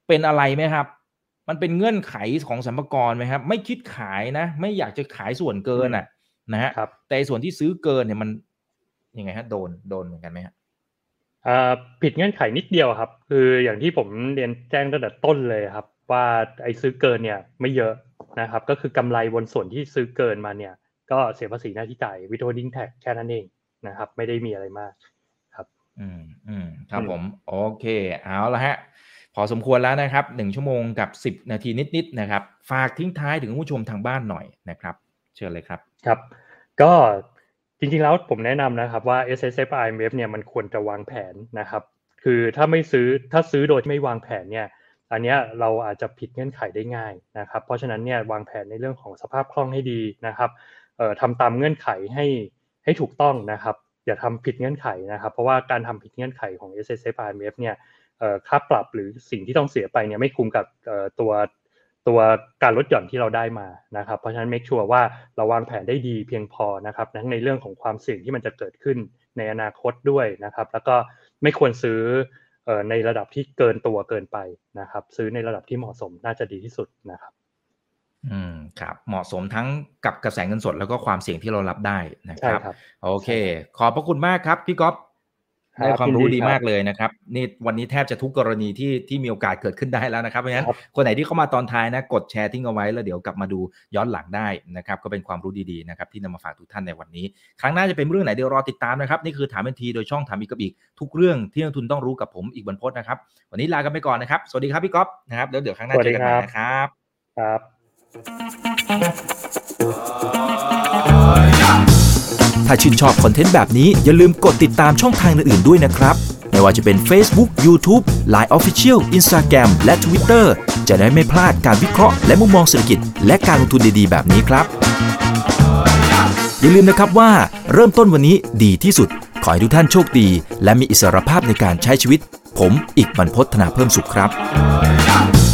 Speaker 1: เป็นอะไรไหมครับมันเป็นเงื่อนไขของสรรพากรไหมครับไม่คิดขายนะไม่อยากจะขายส่วนเกินน่ะนะฮะแต่ส่วนที่ซื้อเกินเนี่ยมันยังไงฮะโดนเหมือนกันไหมฮะ
Speaker 2: ผิดเงื่อนไขนิดเดียวครับคืออย่างที่ผมเรียนแจ้งตั้งแต่ต้นเลยครับว่าไอ้ซื้อเกินเนี่ยไม่เยอะนะครับก็คือกำไรบนส่วนที่ซื้อเกินมาเนี่ยก็เสียภาษีหน้าที่จ่าย withholding tax แค่นั้นเองนะครับไม่ได้มีอะไรมากครับ
Speaker 1: ครับผมโอเคเอาละฮะพอสมควรแล้วนะครับ1ชั่วโมงกับ10นาทีนิดๆนะครับฝากทิ้งท้ายถึงผู้ชมทางบ้านหน่อยนะครับเชิญเลยครับ
Speaker 2: ครับก็จริงๆแล้วผมแนะนำนะครับว่า S&P IMF เนี่ยมันควรจะวางแผนนะครับคือถ้าซื้อโดยไม่วางแผนเนี่ยอันเนี้ยเราอาจจะผิดเงื่อนไขได้ง่ายนะครับเพราะฉะนั้นเนี่ยวางแผนในเรื่องของสภาพคล่องให้ดีนะครับทำตามเงื่อนไขให้ถูกต้องนะครับอย่าทำผิดเงื่อนไขนะครับเพราะว่าการทำผิดเงื่อนไขของ S&P IMF เนี่ยค่าปรับหรือสิ่งที่ต้องเสียไปเนี่ยไม่คุ้มกับตัวการลดหย่อนที่เราได้มานะครับเพราะฉะนั้น make sure ว่าเราวางแผนได้ดีเพียงพอนะครับทั้งในเรื่องของความเสี่ยงที่มันจะเกิดขึ้นในอนาคตด้วยนะครับแล้วก็ไม่ควรซื้อในระดับที่เกินตัวเกินไปนะครับซื้อในระดับที่เหมาะสมน่าจะดีที่สุดนะครับ
Speaker 1: ครับเหมาะสมทั้งกับกระแสเงินสดแล้วก็ความเสี่ยงที่เรารับได้นะครับโอเคขอบพระคุณมากครับพี่ก๊อฟได้ความรู้ดีมากเลยนะครับนี่วันนี้แทบจะทุกกรณีที่มีโอกาสเกิดขึ้นได้แล้วนะครับเพราะฉะนั้นคนไหนที่เข้ามาตอนท้ายนะกดแชร์ทิ้งเอาไว้แล้วเดี๋ยวกลับมาดูย้อนหลังได้นะครับก็เป็นความรู้ดีๆนะครับที่นำมาฝากทุกท่านในวันนี้ครั้งหน้าจะเป็นเรื่องไหนเดี๋ยวรอติดตามนะครับนี่คือถามทันทีโดยช่องถามอีกกับอีกทุกเรื่องที่นักทุนต้องรู้กับผมอีกบรรพตนะครับวันนี้ลากันไปก่อนนะครับสวัสดีครับพี่ก๊อฟนะครับแล้วเดี๋ยวครั้งหน้าเจอกันใหม่นะครับ
Speaker 3: ถ้าชื่นชอบคอนเทนต์แบบนี้อย่าลืมกดติดตามช่องทางอื่นๆด้วยนะครับไม่ว่าจะเป็น Facebook, YouTube, Line Official, Instagram และ Twitter จะได้ไม่พลาดการวิเคราะห์และมุมมองเศรษฐกิจและการลงทุนดีๆแบบนี้ครับอย่าลืมนะครับว่าเริ่มต้นวันนี้ดีที่สุดขอให้ทุกท่านโชคดีและมีอิสรภาพในการใช้ชีวิตผมอีกบรรพต ธนาเพิ่มสุขครับ